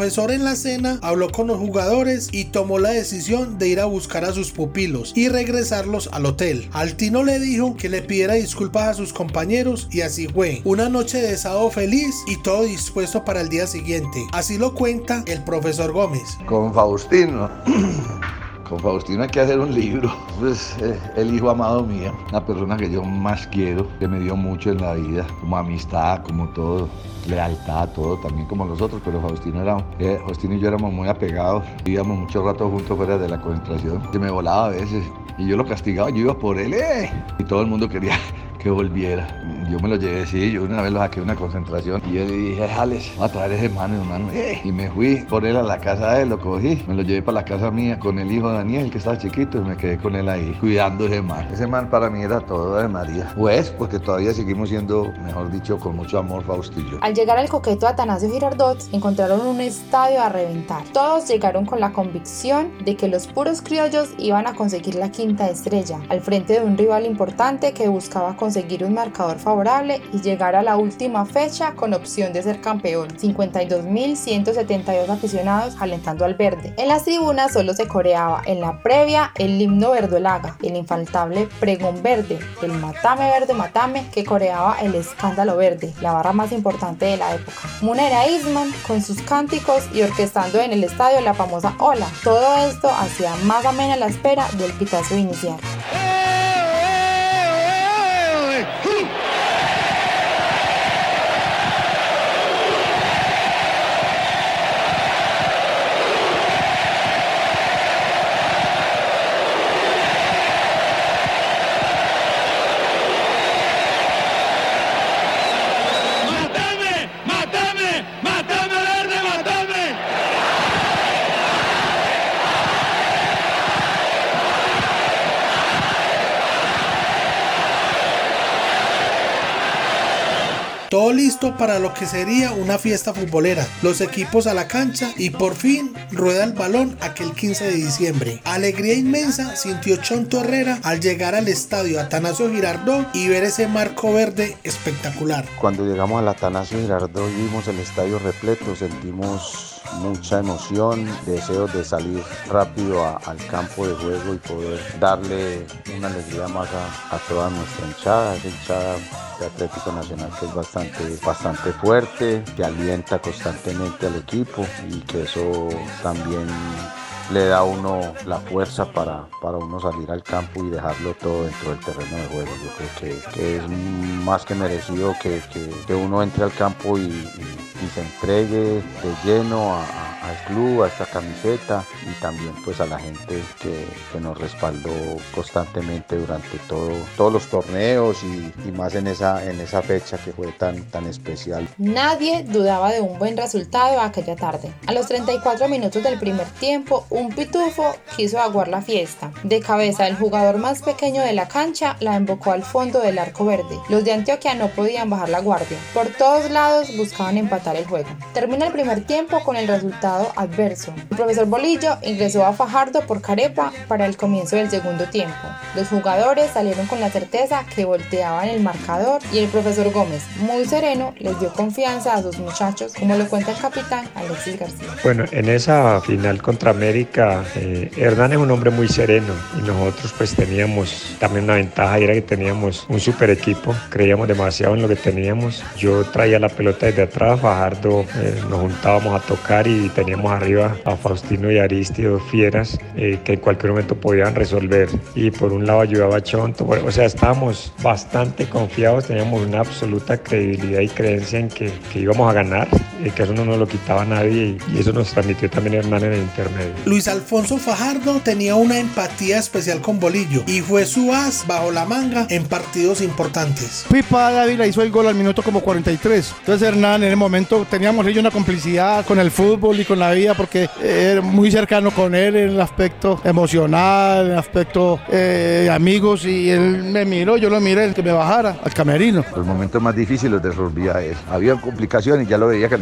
la cena habló con los jugadores y tomó la decisión de ir a buscar a sus pupilos y regresarlos al hotel. Altino le dijo que le pidiera disculpas a sus compañeros y así fue. Una noche de sábado feliz y todo dispuesto para el día siguiente. Así lo cuenta el profesor Gómez. Con Faustino. Con Faustino hay que hacer un libro. Pues eh, el hijo amado mío, la persona que yo más quiero, que me dio mucho en la vida, como amistad, como todo, lealtad, todo, también como nosotros, pero Faustino era, eh, Faustino y yo éramos muy apegados, vivíamos mucho rato juntos fuera de la concentración, se me volaba a veces y yo lo castigaba, yo iba por él, eh, y todo el mundo quería que volviera. Yo me lo llevé, sí, yo una vez lo saqué de una concentración y yo le dije, Jales, voy a traer ese man, hermano. Eh, y me fui por él a la casa de él, lo cogí, me lo llevé para la casa mía con el hijo de Daniel, que estaba chiquito, y me quedé con él ahí, cuidando ese man. Ese man para mí era todo de María. Pues, porque todavía seguimos siendo, mejor dicho, con mucho amor, Fausto y yo. Al llegar al coqueto Atanasio Girardot, encontraron un estadio a reventar. Todos llegaron con la convicción de que los puros criollos iban a conseguir la quinta estrella, al frente de un rival importante que buscaba conseguir un marcador favorable y llegar a la última fecha con opción de ser campeón. cincuenta y dos mil ciento setenta y dos aficionados alentando al verde. En las tribunas solo se coreaba en la previa el himno verdolaga, el infaltable pregón verde, el matame verde matame, que coreaba el escándalo verde, la barra más importante de la época. Munera Isman con sus cánticos y orquestando en el estadio la famosa Ola. Todo esto hacía más amena la espera del pitazo inicial. Todo listo para lo que sería una fiesta futbolera, los equipos a la cancha y por fin rueda el balón aquel quince de diciembre. Alegría inmensa sintió Chonto Herrera al llegar al estadio Atanasio Girardot y ver ese marco verde espectacular. Cuando llegamos al Atanasio Girardot y vimos el estadio repleto, sentimos mucha emoción, deseos de salir rápido a, al campo de juego y poder darle una alegría más a, a toda nuestra hinchada, esa hinchada de Atlético Nacional que es bastante, bastante fuerte, que alienta constantemente al equipo y que eso también le da a uno la fuerza para, para uno salir al campo y dejarlo todo dentro del terreno de juego. Yo creo que, que es más que merecido que, que, que uno entre al campo y, y y se entregue de lleno a, a, al club, a esta camiseta y también pues a la gente que, que nos respaldó constantemente durante todo, todos los torneos y, y más en esa, en esa fecha que fue tan, tan especial. Nadie dudaba de un buen resultado aquella tarde. A los treinta y cuatro minutos del primer tiempo, un pitufo quiso aguar la fiesta. De cabeza, el jugador más pequeño de la cancha la embocó al fondo del arco verde. Los de Antioquia no podían bajar la guardia. Por todos lados buscaban empatar el juego. Termina el primer tiempo con el resultado adverso. El profesor Bolillo ingresó a Fajardo por Carepa para el comienzo del segundo tiempo. Los jugadores salieron con la certeza que volteaban el marcador y el profesor Gómez, muy sereno, les dio confianza a sus muchachos, como lo cuenta el capitán Alexis García. Bueno, en esa final contra América, eh, Hernán es un hombre muy sereno y nosotros pues teníamos también una ventaja y era que teníamos un super equipo, creíamos demasiado en lo que teníamos. Yo traía la pelota desde atrás, Fajardo, eh, nos juntábamos a tocar y teníamos arriba a Faustino y Aristi, dos fieras eh, que en cualquier momento podían resolver, y por un lado ayudaba a Chonto, o sea, estábamos bastante confiados, teníamos una absoluta credibilidad y creencia en que, que íbamos a ganar, eh, que eso no nos lo quitaba nadie, y, y eso nos transmitió también Hernán en el intermedio. Luis Alfonso Fajardo tenía una empatía especial con Bolillo y fue su as bajo la manga en partidos importantes. Pipa Dávila hizo el gol al minuto como cuarenta y tres, entonces Hernán en el momento teníamos ellos una complicidad con el fútbol y con la vida porque era muy cercano con él en el aspecto emocional, en el aspecto eh, de amigos, y él me miró, yo lo miré, el que me bajara al camerino. Los momentos más difíciles los resolvía él. Había complicaciones y ya lo veía que no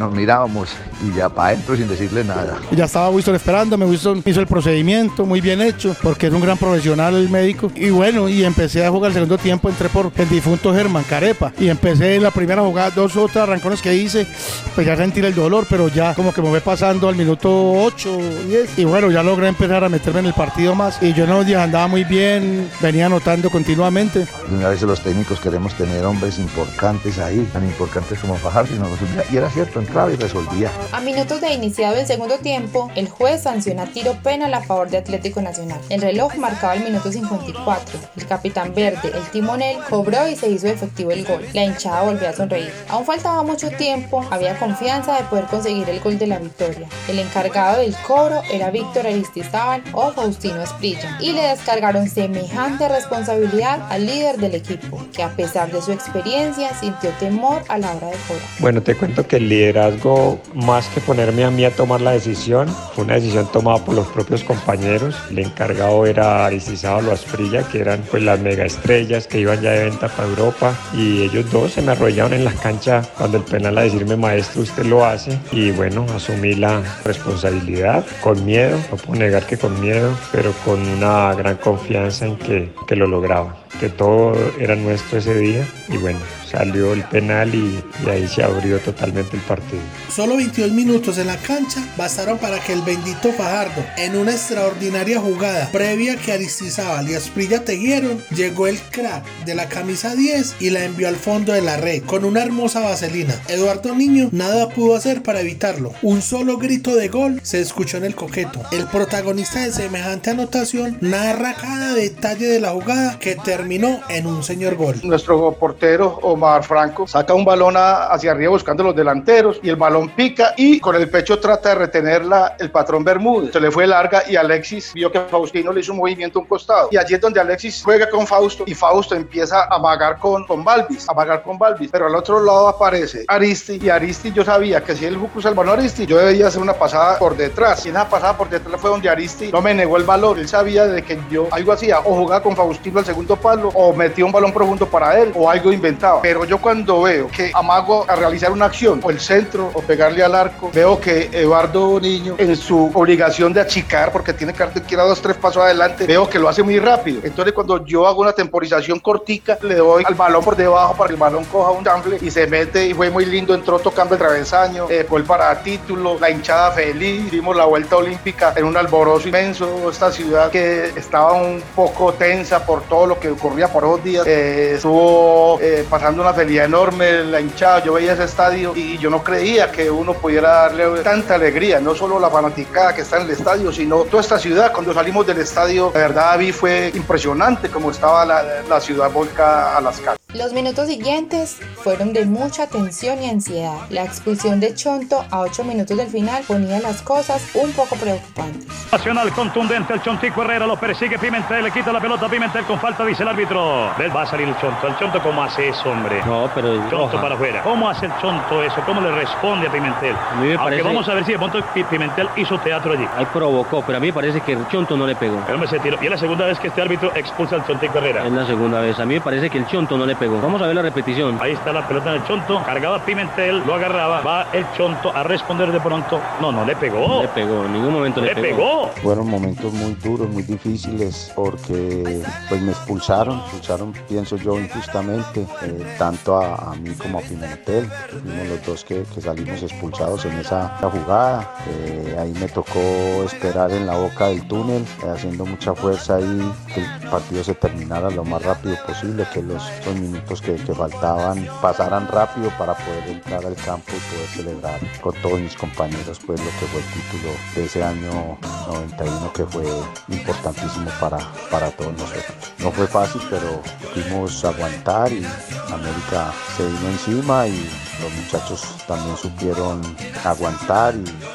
nos mirábamos y ya para adentro sin decirle nada. Ya estaba Wilson esperándome, Wilson hizo el procedimiento muy bien hecho, porque es un gran profesional el médico. Y bueno, y empecé a jugar el segundo tiempo, entré por el difunto Germán Carepa. Y empecé en la primera jugada, dos otros arrancones que hice, pues ya sentí el dolor, pero ya como que me fue pasando al minuto ocho, diez. Y bueno, ya logré empezar a meterme en el partido más. Y yo en los días andaba muy bien, venía anotando continuamente. Y a veces los técnicos queremos tener hombres importantes ahí, tan importantes como Fajardo, y, no, y era cierto, entraba y resolvía. A minutos de iniciado el segundo tiempo, el juez sanciona tiro penal a favor de Atlético Nacional. El reloj marcaba el minuto cincuenta y cuatro. El capitán verde, el timonel, cobró y se hizo efectivo el gol. La hinchada volvió a sonreír. Aún faltaba mucho tiempo, había confianza de poder conseguir el gol de la victoria. El encargado del cobro era Víctor Aristizábal o Faustino Esprilla, y le descargaron semejante responsabilidad al líder del equipo, que a pesar de su experiencia sintió temor a la hora de cobrar. Bueno, te cuento que el liderazgo, más que ponerme a mí a tomar la decisión, fue una decisión tomada por los propios compañeros. El encargado era Aristizábal o Asprilla, que eran pues las mega estrellas que iban ya de venta para Europa, y ellos dos se me arrollaron en la cancha cuando el penal a decirme: maestro, usted lo hace. Y bueno, asumí la responsabilidad con miedo, no puedo negar que con miedo, pero con una gran confianza en que, que lo lograba, que todo era nuestro ese día. Y bueno, salió el penal y, y ahí se abrió totalmente el partido. Solo veintidós minutos en la cancha bastaron para que el bendito Fajardo, en una extraordinaria jugada previa que Aristizábal y Asprilla tejieron, llegó el crack de la camisa diez y la envió al fondo de la red con una hermosa vaselina. Eduardo Niño nada pudo hacer para evitarlo. Un solo grito de gol se escuchó en el coqueto. El protagonista de semejante anotación narra cada detalle de la jugada, que terminó en un señor gol. Nuestro portero Omar Franco saca un balón a, hacia arriba buscando los delanteros, y el balón pica y con el pecho trata de retenerla el patrón Bermúdez. Se le fue larga y Alexis vio que Faustino le hizo un movimiento a un costado, y allí es donde Alexis juega con Fausto y Fausto empieza a amagar con, con Balvis, a amagar con Balvis, pero al otro lado aparece Aristi, y Aristi yo sabía que si él cruza el balón a Aristi, yo debía hacer una pasada por detrás, y en esa pasada por detrás fue donde Aristi no me negó el balón. Él sabía de que yo algo hacía, o jugaba con Faustino al segundo palo, o metía un balón profundo para él, o algo inventaba. Pero yo cuando veo que amago a realizar una acción, o el centro, o pegarle al arco, veo que Eduardo Niño, en su obligación de achicar, porque tiene que ir a dos, tres pasos adelante, veo que lo hace muy rápido. Entonces cuando yo hago una temporización cortica, le doy al balón por debajo para que el balón coja un chanfle y se mete, y fue muy lindo, entró tocando el travesaño, eh, fue el para título, la hinchada feliz, dimos la vuelta olímpica en un alborozo inmenso. Esta ciudad que estaba un poco tensa por todo lo que ocurría por esos días, eh, estuvo eh, pasando una felicidad enorme, la hinchada. Yo veía ese estadio y yo no creía que uno pudiera darle tanta alegría, no solo la fanaticada que está en el estadio, sino toda esta ciudad. Cuando salimos del estadio, la verdad, vi fue impresionante cómo estaba la, la ciudad volcada a las calles. Los minutos siguientes fueron de mucha tensión y ansiedad. La expulsión de Chonto a ocho minutos del final ponía las cosas un poco preocupantes. Nacional contundente, el Chontico Herrera lo persigue Pimentel, le quita la pelota a Pimentel con falta, dice el árbitro. Va a salir el Chonto. ¿El Chonto cómo hace eso, hombre? No, pero... Chonto Oja. para afuera. ¿Cómo hace el Chonto eso? ¿Cómo le responde a Pimentel? A mí me Aunque parece... vamos a ver si de pronto Pimentel hizo teatro allí. Ahí provocó, pero a mí me parece que el Chonto no le pegó. El hombre se tiró. Y es la segunda vez que este árbitro expulsa al Chontico Herrera. Es la segunda vez. A mí me parece que el Chonto no le pegó. Vamos a ver la repetición. Ahí está la pelota del Chonto, cargaba Pimentel, lo agarraba, va el Chonto a responder de pronto. No, no le pegó. No le pegó, en ningún momento le, le pegó. pegó. Fueron momentos muy duros, muy difíciles, porque pues me expulsaron, expulsaron, pienso yo, injustamente, eh, tanto a, a mí como a Pimentel. Fuimos los dos que, que salimos expulsados en esa jugada. Eh, ahí me tocó esperar en la boca del túnel, eh, haciendo mucha fuerza ahí, que el partido se terminara lo más rápido posible, que los, los minutos que, que faltaban pasaran rápido para poder entrar al campo y poder celebrar con todos mis compañeros pues lo que fue el título de ese año noventa y uno, que fue importantísimo para, para todos nosotros. No fue fácil, pero pudimos aguantar y América se vino encima y los muchachos también supieron aguantar y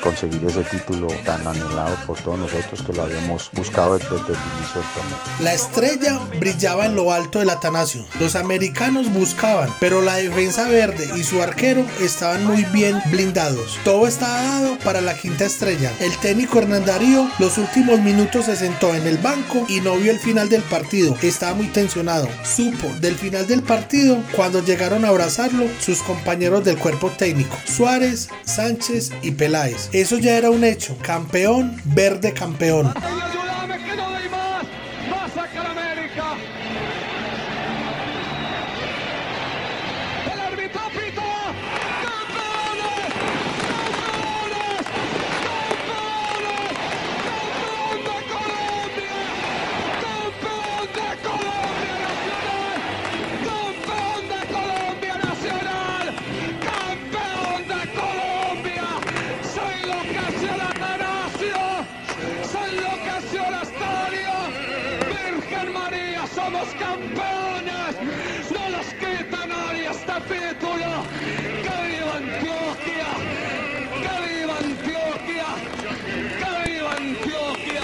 conseguir ese título tan anhelado por todos nosotros que lo habíamos buscado desde el inicio del torneo. La estrella brillaba en lo alto del Atanasio. Los americanos buscaban, pero la defensa verde y su arquero estaban muy bien blindados. Todo estaba dado para la quinta estrella. El técnico Hernán Darío los últimos minutos se sentó en el banco y no vio el final del partido. Estaba muy tensionado. Supo del final del partido cuando llegaron a abrazarlo sus compañeros del cuerpo técnico, Suárez, Sánchez y Peláez. Eso ya era un hecho. Campeón, verde campeón. Somos campeones, no nos quita nadie este título. ¡Que viva Antioquia! ¡Que viva Antioquia! ¡Que viva Antioquia!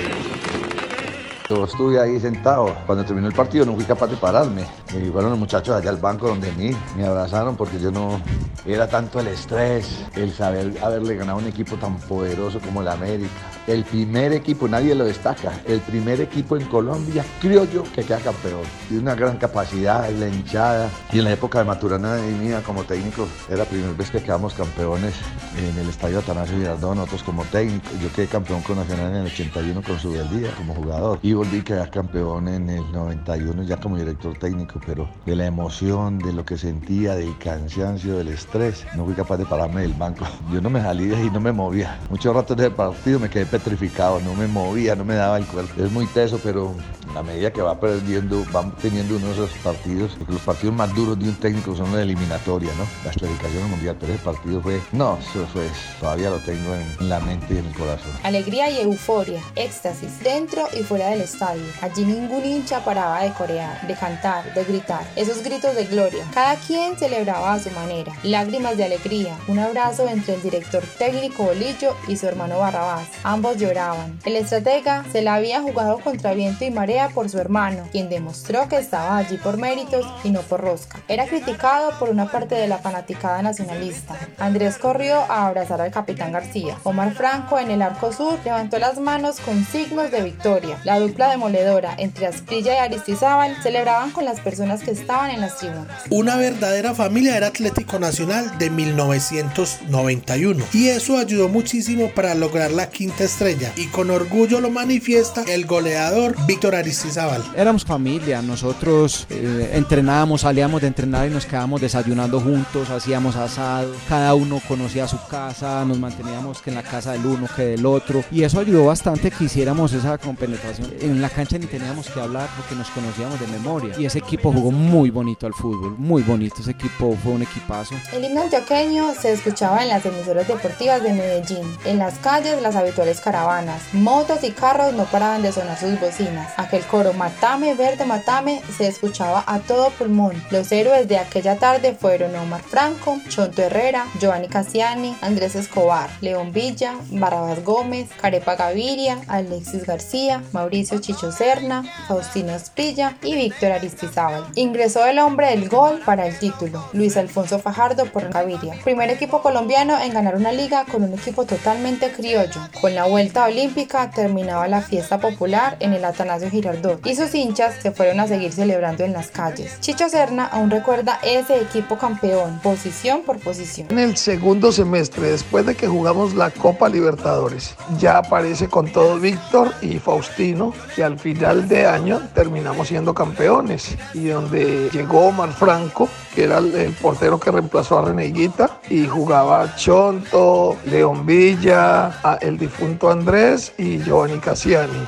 Yo estuve ahí sentado. Cuando terminó el partido no fui capaz de pararme. Y fueron los muchachos allá al banco donde mí me abrazaron porque yo no... Era tanto el estrés, el saber haberle ganado a un equipo tan poderoso como el América. El primer equipo, nadie lo destaca, el primer equipo en Colombia, creo yo, que queda campeón. Y una gran capacidad, la hinchada. Y en la época de Maturana y mía como técnico, era la primera vez que quedamos campeones en el estadio Atanasio Girardot, nosotros como técnico. Yo quedé campeón con Nacional en el ochenta y uno con Subeldía como jugador. Y volví a quedar campeón en el noventa y uno ya como director técnico, pero de la emoción, de lo que sentía, del cansancio, del estrés, no fui capaz de pararme del banco. Yo no me salí de ahí, no me movía. Muchos ratos del partido me quedé petrificado, no me movía, no me daba el cuerpo. Es muy teso, pero a medida que va perdiendo, va teniendo uno de esos partidos, porque los partidos más duros de un técnico son los de eliminatoria, ¿no? Las clasificaciones mundial, pero ese partido fue, no, eso fue, todavía lo tengo en, en la mente y en el corazón. Alegría y euforia, éxtasis, dentro y fuera del estadio. Allí ningún hincha paraba de corear, de cantar, de gritar. Esos gritos de gloria. Cada quien celebraba a su manera. Lágrimas de alegría, un abrazo entre el director técnico Bolillo y su hermano Barrabás. Ambos lloraban. El estratega se la había jugado contra viento y marea por su hermano, quien demostró que estaba allí por méritos y no por rosca. Era criticado por una parte de la fanaticada nacionalista. Andrés corrió a abrazar al capitán García. Omar Franco en el arco sur levantó las manos con signos de victoria. La dupla demoledora entre Asprilla y Aristizábal celebraban con las personas que estaban en las tribunas. Una verdadera familia era Atlético Nacional de mil novecientos noventa y uno y eso ayudó muchísimo para lograr la quinta estrella y con orgullo lo manifiesta el goleador Víctor Aristizábal. Éramos familia, nosotros eh, entrenábamos, salíamos de entrenar y nos quedábamos desayunando juntos, hacíamos asado, cada uno conocía su casa, nos manteníamos que en la casa del uno que del otro y eso ayudó bastante que hiciéramos esa compenetración. En la cancha ni teníamos que hablar porque nos conocíamos de memoria y ese equipo jugó muy bonito al fútbol, muy bonito, ese equipo fue un equipazo. El himno antioqueño se escuchaba en las emisoras deportivas de Medellín, en las calles las habituales caravanas, motos y carros no paraban de sonar sus bocinas. Aquel coro "Matame, verde, matame" se escuchaba a todo pulmón. Los héroes de aquella tarde fueron Omar Franco, Chonto Herrera, Giovanni Cassiani, Andrés Escobar, León Villa, Barrabás Gómez, Carepa Gaviria, Alexis García, Mauricio Chicho Serna, Faustino Asprilla y Víctor Aristizábal. Ingresó el hombre del gol para el título, Luis Alfonso Fajardo por Gaviria. Primer equipo colombiano en ganar una liga con un equipo totalmente criollo. Con la vuelta olímpica terminaba la fiesta popular en el Atanasio Girardot y sus hinchas se fueron a seguir celebrando en las calles. Chicho Serna aún recuerda ese equipo campeón, posición por posición. En el segundo semestre, después de que jugamos la Copa Libertadores, ya aparece con todo Víctor y Faustino, que al final de año terminamos siendo campeones y donde llegó Omar Franco, que era el, el portero que reemplazó a René Higuita, y jugaba Chonto, León Villa, el difunto Andrés y Giovanni Cassiani.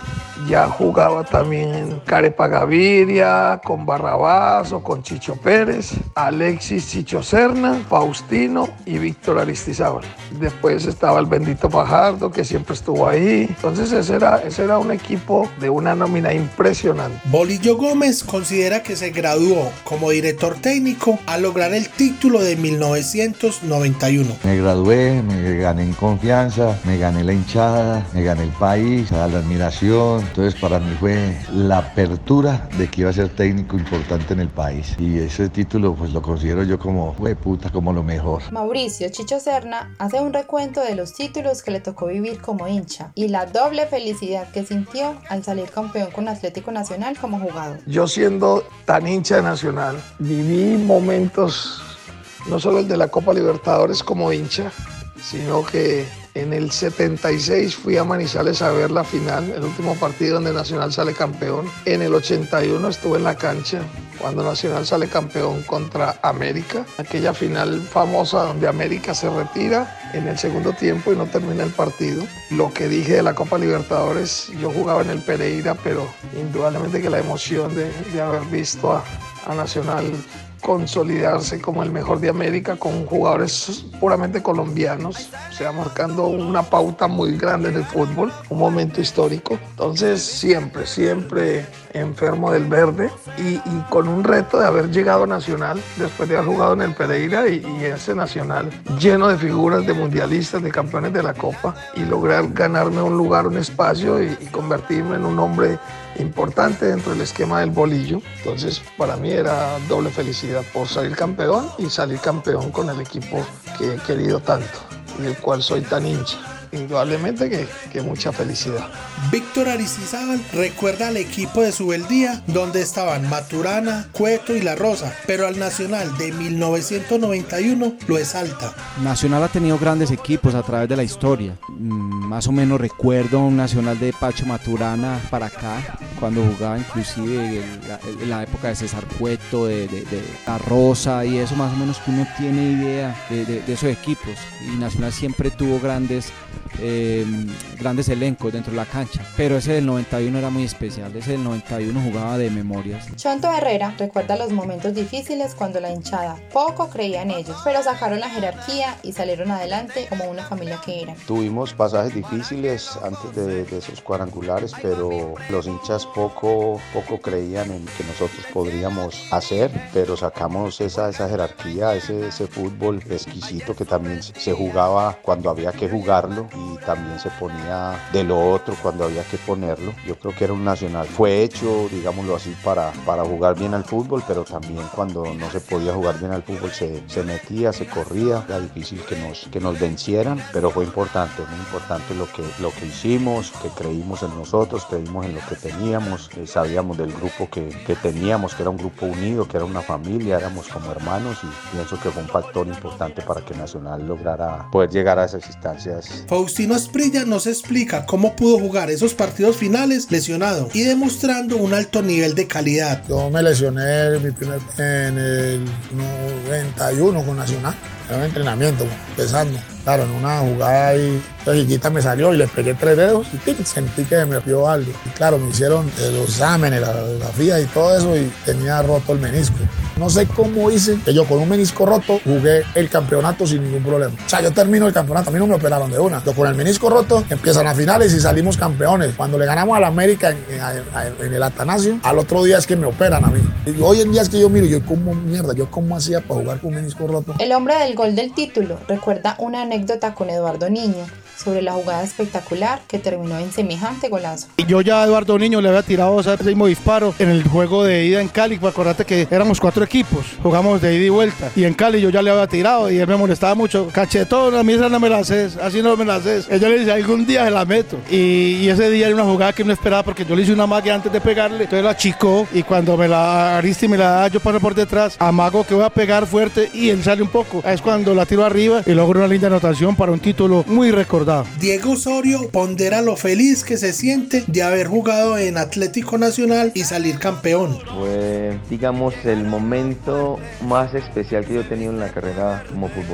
ya jugaba también Carepa Gaviria, con Barrabás o con Chicho Pérez, Alexis Chicho Serna, Faustino y Víctor Aristizábal. Después estaba el bendito Fajardo, que siempre estuvo ahí. Entonces ese era, ese era un equipo de una nómina impresionante. Bolillo Gómez considera que se graduó como director técnico al lograr el título de mil novecientos noventa y uno. Me gradué, me gané en confianza, me gané la hinchada, me gané el país, la admiración. Entonces para mí fue la apertura de que iba a ser técnico importante en el país. Y ese título pues lo considero yo como, güey puta, como lo mejor. Mauricio Chicho Serna hace un recuento de los títulos que le tocó vivir como hincha y la doble felicidad que sintió al salir campeón con Atlético Nacional como jugador. Yo siendo tan hincha de Nacional, viví momentos, no solo el de la Copa Libertadores como hincha, sino que en el setenta y seis fui a Manizales a ver la final, el último partido donde Nacional sale campeón. En el ochenta y uno estuve en la cancha cuando Nacional sale campeón contra América, aquella final famosa donde América se retira en el segundo tiempo y no termina el partido. Lo que dije de la Copa Libertadores, yo jugaba en el Pereira, pero indudablemente que la emoción de, de haber visto a, a Nacional consolidarse como el mejor de América con jugadores puramente colombianos, o sea, marcando una pauta muy grande en el fútbol, un momento histórico. Entonces siempre, siempre enfermo del verde y, y con un reto de haber llegado a Nacional después de haber jugado en el Pereira y, y ese Nacional lleno de figuras de mundialistas, de campeones de la Copa, y lograr ganarme un lugar, un espacio y, y convertirme en un hombre importante dentro del esquema del bolillo. Entonces para mí era doble felicidad por salir campeón y salir campeón con el equipo que he querido tanto y del cual soy tan hincha. Indudablemente que, que mucha felicidad. Víctor Aristizábal recuerda al equipo de su beldía donde estaban Maturana, Cueto y La Rosa, pero al Nacional de mil novecientos noventa y uno lo exalta. Nacional ha tenido grandes equipos a través de la historia. Mm, más o menos recuerdo un Nacional de Pacho Maturana para acá, cuando jugaba inclusive en la, en la época de César Cueto, de, de, de La Rosa y eso, más o menos que uno tiene idea de, de, de esos equipos. Y Nacional siempre tuvo grandes Eh, grandes elencos dentro de la cancha, pero ese del noventa y uno era muy especial. Ese del noventa y uno jugaba de memorias. Chonto Herrera recuerda los momentos difíciles cuando la hinchada poco creía en ellos, pero sacaron la jerarquía y salieron adelante como una familia que eran. Tuvimos pasajes difíciles antes de, de esos cuadrangulares, pero los hinchas poco, poco creían en que nosotros podríamos hacer, pero sacamos esa, esa jerarquía, ese, ese fútbol exquisito que también se jugaba cuando había que jugarlo y también se ponía de lo otro cuando había que ponerlo. Yo creo que era un Nacional, fue hecho, digámoslo así, para, para jugar bien al fútbol, pero también cuando no se podía jugar bien al fútbol se, se metía, se corría. Era difícil que nos, que nos vencieran, pero fue importante, muy importante lo que, lo que hicimos, que creímos en nosotros, creímos en lo que teníamos, eh, sabíamos del grupo que, que teníamos, que era un grupo unido, que era una familia, éramos como hermanos, y pienso que fue un factor importante para que Nacional lograra poder llegar a esas instancias. Faustino Asprilla nos explica cómo pudo jugar esos partidos finales lesionado y demostrando un alto nivel de calidad. Yo me lesioné mi primer, en el noventa y uno con Nacional, era un entrenamiento, empezando. Claro, en una jugada ahí, la chiquita me salió y le pegué tres dedos y ¡tic! Sentí que me rompió algo. Y claro, me hicieron los exámenes, la radiografía y todo eso y tenía roto el menisco. No sé cómo hice que yo con un menisco roto jugué el campeonato sin ningún problema. O sea, yo termino el campeonato, a mí no me operaron de una. Yo con el menisco roto empiezan las finales y salimos campeones. Cuando le ganamos al América en, en, en el Atanasio, al otro día es que me operan a mí. Y hoy en día es que yo miro, yo como mierda, yo cómo hacía para jugar con un menisco roto. El hombre del gol del título recuerda una anécdota con Eduardo Niño sobre la jugada espectacular que terminó en semejante golazo. Yo ya a Eduardo Niño le había tirado ese mismo disparo en el juego de ida en Cali. Acordate que éramos cuatro equipos, jugamos de ida y vuelta, y en Cali yo ya le había tirado y él me molestaba mucho. Cachetón, a mí esa no me la haces, así no me la haces. Yo le decía, algún día se la meto. Y, y ese día era una jugada que no esperaba porque yo le hice una magia antes de pegarle, entonces la achicó y cuando me la Aristi me la da, yo paso por detrás, amago que voy a pegar fuerte y él sale un poco. Es cuando la tiro arriba y logro una linda anotación para un título muy recordado. Diego Osorio pondera lo feliz que se siente de haber jugado en Atlético Nacional y salir campeón. Fue, digamos, el momento más especial que yo he tenido en la carrera como futbolista.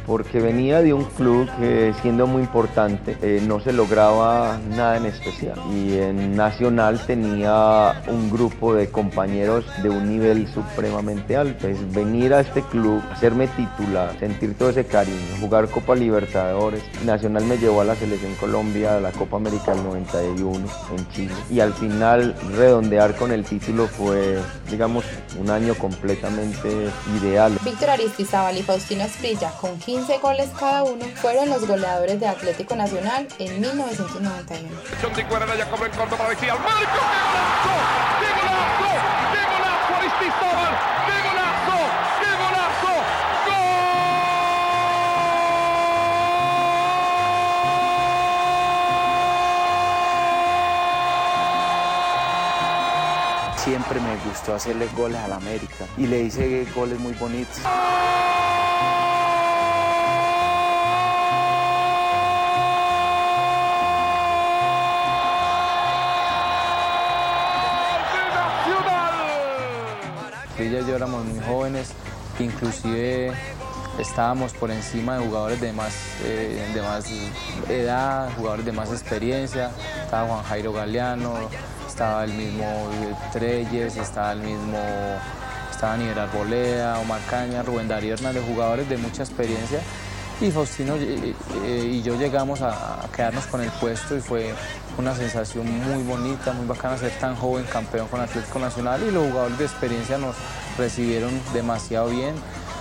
porque venía de un club que siendo muy importante eh, no se lograba nada en especial y en Nacional tenía un grupo de compañeros de un nivel supremamente alto. Es venir a este club, hacerme titular, sentir todo ese cariño, jugar Copa Libertadores. Nacional me llevó a la Selección Colombia, a la Copa América del noventa y uno en Chile y al final redondear con el título fue, digamos, un año completamente ideal. Víctor Aristizábal y Faustino Asprilla, con quince goles cada uno, fueron los goleadores de Atlético Nacional en mil novecientos noventa y uno. Chontico Herrera ya cobró en corto para Alexis al marco. ¡Qué golazo! ¡Qué golazo! Aristizábal! ¡Qué golazo! ¡Qué golazo! Siempre me gustó hacerle goles al América y le hice goles muy bonitos. Ella y yo éramos muy jóvenes, inclusive estábamos por encima de jugadores de más, eh, de más edad, jugadores de más experiencia. Estaba Juan Jairo Galeano, estaba el mismo Treyes, estaba el mismo, estaba Nivel Arboleda, Omar Caña, Rubén Darío Hernández, jugadores de mucha experiencia. Y Faustino eh, eh, y yo llegamos a, a quedarnos con el puesto y fue una sensación muy bonita, muy bacana ser tan joven campeón con Atlético Nacional y los jugadores de experiencia nos recibieron demasiado bien,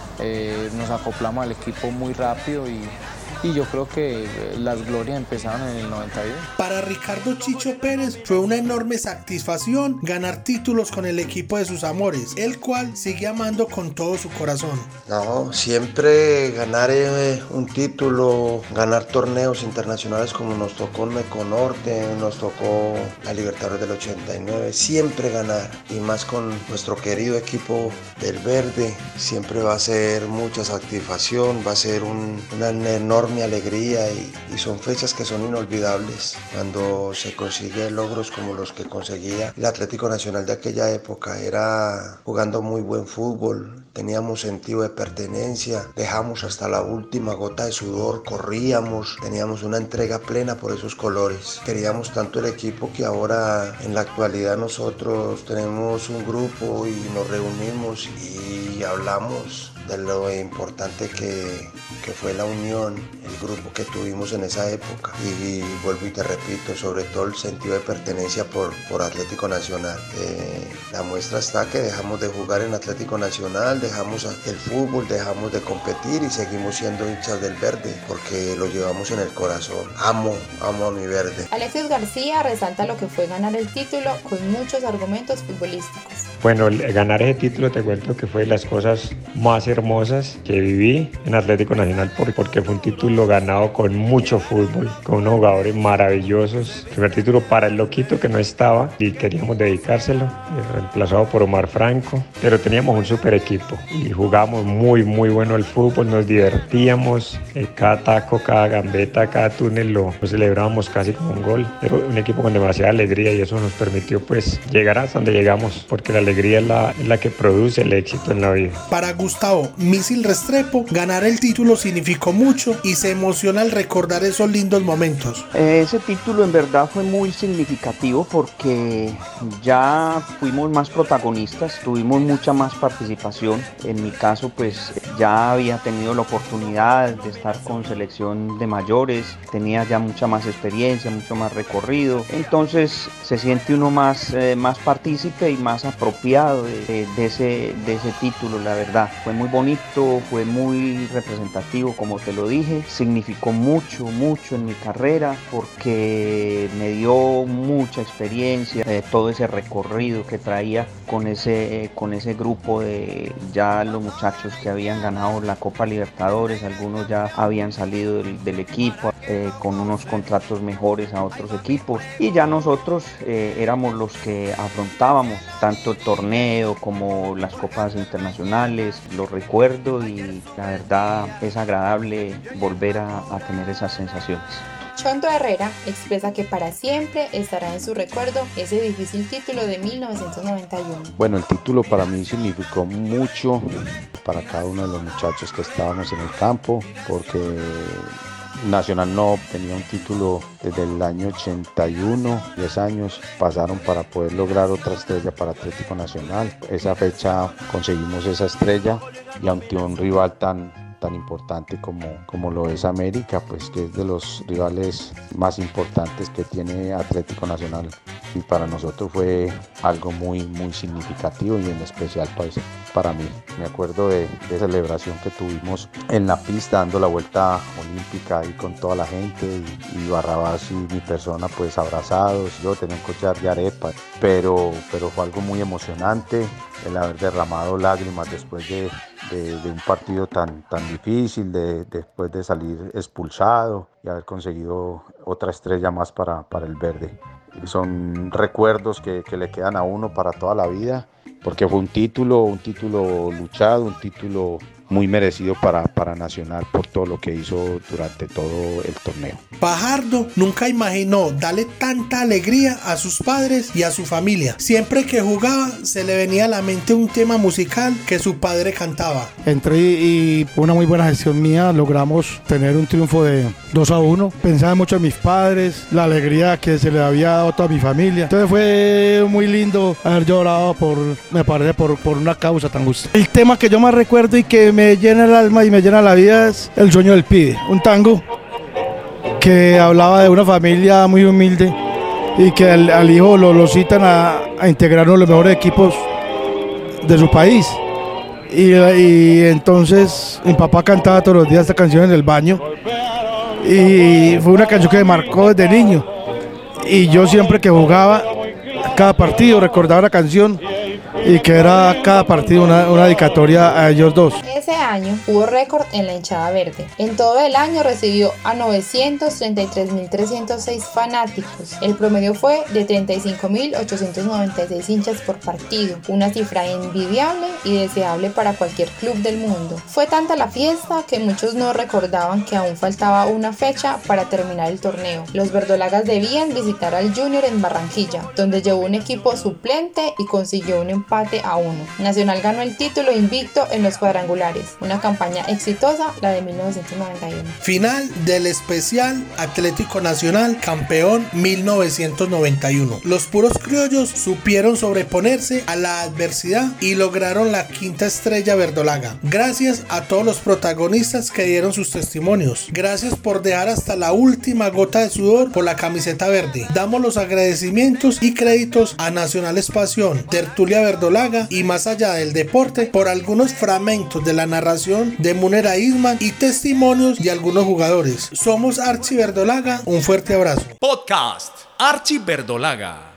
eh, nos acoplamos al equipo muy rápido y, y yo creo que las glorias empezaron en el noventa y uno. Para Ricardo Chicho Pérez fue una enorme satisfacción ganar títulos con el equipo de sus amores, el cual sigue amando con todo su corazón. No, siempre ganar eh, un título, ganar torneos internacionales como nos tocó en Meconorte, nos tocó la Libertadores del ochenta y nueve, siempre ganar y más con nuestro querido equipo del Verde, siempre va a ser mucha satisfacción, va a ser un, una enorme mi alegría y, y son fechas que son inolvidables cuando se consigue logros como los que conseguía el Atlético Nacional de aquella época. Era jugando muy buen fútbol, teníamos sentido de pertenencia, dejamos hasta la última gota de sudor, corríamos, teníamos una entrega plena por esos colores. Queríamos tanto el equipo que ahora en la actualidad nosotros tenemos un grupo y nos reunimos y hablamos de lo importante que, que fue la unión, el grupo que tuvimos en esa época y, y vuelvo y te repito, sobre todo el sentido de pertenencia por, por Atlético Nacional. Eh, la muestra está que dejamos de jugar en Atlético Nacional, dejamos el fútbol, dejamos de competir y seguimos siendo hinchas del Verde porque lo llevamos en el corazón. Amo, amo a mi Verde. Alexis García resalta lo que fue ganar el título con muchos argumentos futbolísticos. Bueno, ganar ese título te cuento que fue de las cosas más hermosas que viví en Atlético Nacional porque fue un título ganado con mucho fútbol, con unos jugadores maravillosos. El primer título para el loquito que no estaba y queríamos dedicárselo, reemplazado por Omar Franco, pero teníamos un super equipo y jugábamos muy muy bueno el fútbol, nos divertíamos, cada taco, cada gambeta, cada túnel lo, lo celebrábamos casi como un gol. Era un equipo con demasiada alegría y eso nos permitió pues llegar hasta donde llegamos porque la alegría es la, es la que produce el éxito en la vida. Para Gustavo Mísil Restrepo, ganar el título significó mucho y se emociona al recordar esos lindos momentos. Ese título en verdad fue muy significativo porque ya fuimos más protagonistas, tuvimos mucha más participación. En mi caso pues ya había tenido la oportunidad de estar con selección de mayores, tenía ya mucha más experiencia, mucho más recorrido, entonces se siente uno más, eh, más partícipe y más apropiado de, de, ese, de ese título. La verdad fue muy bonito, fue muy representativo, como te lo dije, significó mucho, mucho en mi carrera porque me dio mucha experiencia, eh, todo ese recorrido que traía con ese, eh, con ese grupo de ya los muchachos que habían ganado la Copa Libertadores, algunos ya habían salido del, del equipo eh, con unos contratos mejores a otros equipos y ya nosotros eh, éramos los que afrontábamos tanto el torneo como las copas internacionales. Lo recuerdo y la verdad es agradable volver a, a tener esas sensaciones. Chonto Herrera expresa que para siempre estará en su recuerdo ese difícil título de mil novecientos noventa y uno. Bueno, el título para mí significó mucho para cada uno de los muchachos que estábamos en el campo, porque Nacional no tenía un título desde el año ochenta y uno, diez años pasaron para poder lograr otra estrella para Atlético Nacional. Esa fecha conseguimos esa estrella y ante un rival tan, tan importante como, como lo es América, pues que es de los rivales más importantes que tiene Atlético Nacional. Y para nosotros fue algo muy, muy significativo y en especial pues, para mí. Me acuerdo de, de celebración que tuvimos en la pista dando la vuelta olímpica ahí con toda la gente y, y Barrabás y mi persona pues abrazados. Yo tenía un collar de arepa, pero, pero fue algo muy emocionante el haber derramado lágrimas después de, de, de un partido tan, tan difícil, de, después de salir expulsado y haber conseguido otra estrella más para, para el verde. Son recuerdos que, que le quedan a uno para toda la vida, porque fue un título, un título luchado, un título muy merecido para, para Nacional por todo lo que hizo durante todo el torneo. Fajardo nunca imaginó darle tanta alegría a sus padres y a su familia. Siempre que jugaba se le venía a la mente un tema musical que su padre cantaba. Entré y por una muy buena gestión mía logramos tener un triunfo de dos a uno. Pensaba mucho en mis padres, la alegría que se le había dado a toda mi familia. Entonces fue muy lindo haber llorado por, me parece, por, por una causa tan justa. El tema que yo más recuerdo y que me llena el alma y me llena la vida es El sueño del pibe, un tango que hablaba de una familia muy humilde y que al, al hijo lo, lo citan a, a integrarnos en los mejores equipos de su país. Y, y entonces mi papá cantaba todos los días esta canción en el baño y fue una canción que me marcó desde niño. Y yo siempre que jugaba, cada partido recordaba la canción y que era cada partido una, una dedicatoria a ellos dos. Ese año hubo récord en la hinchada verde. En todo el año recibió a novecientos treinta y tres mil trescientos seis fanáticos. El promedio fue de treinta y cinco mil ochocientos noventa y seis hinchas por partido, una cifra envidiable y deseable para cualquier club del mundo. Fue tanta la fiesta que muchos no recordaban que aún faltaba una fecha para terminar el torneo. Los verdolagas debían visitar al Junior en Barranquilla, donde llevó un equipo suplente y consiguió un empate a uno. Nacional ganó el título invicto en los cuadrangulares. Una campaña exitosa, la de mil novecientos noventa y uno. Final del especial Atlético Nacional campeón mil novecientos noventa y uno. Los puros criollos supieron sobreponerse a la adversidad y lograron la quinta estrella verdolaga. Gracias a todos los protagonistas que dieron sus testimonios. Gracias por dejar hasta la última gota de sudor por la camiseta verde. Damos los agradecimientos y créditos a Nacional Espación, Tertulia Verdolaga y Más Allá del Deporte por algunos fragmentos de la narración de Munera Isman y testimonios de algunos jugadores. Somos Archi Verdolaga, un fuerte abrazo. Podcast Archi Verdolaga.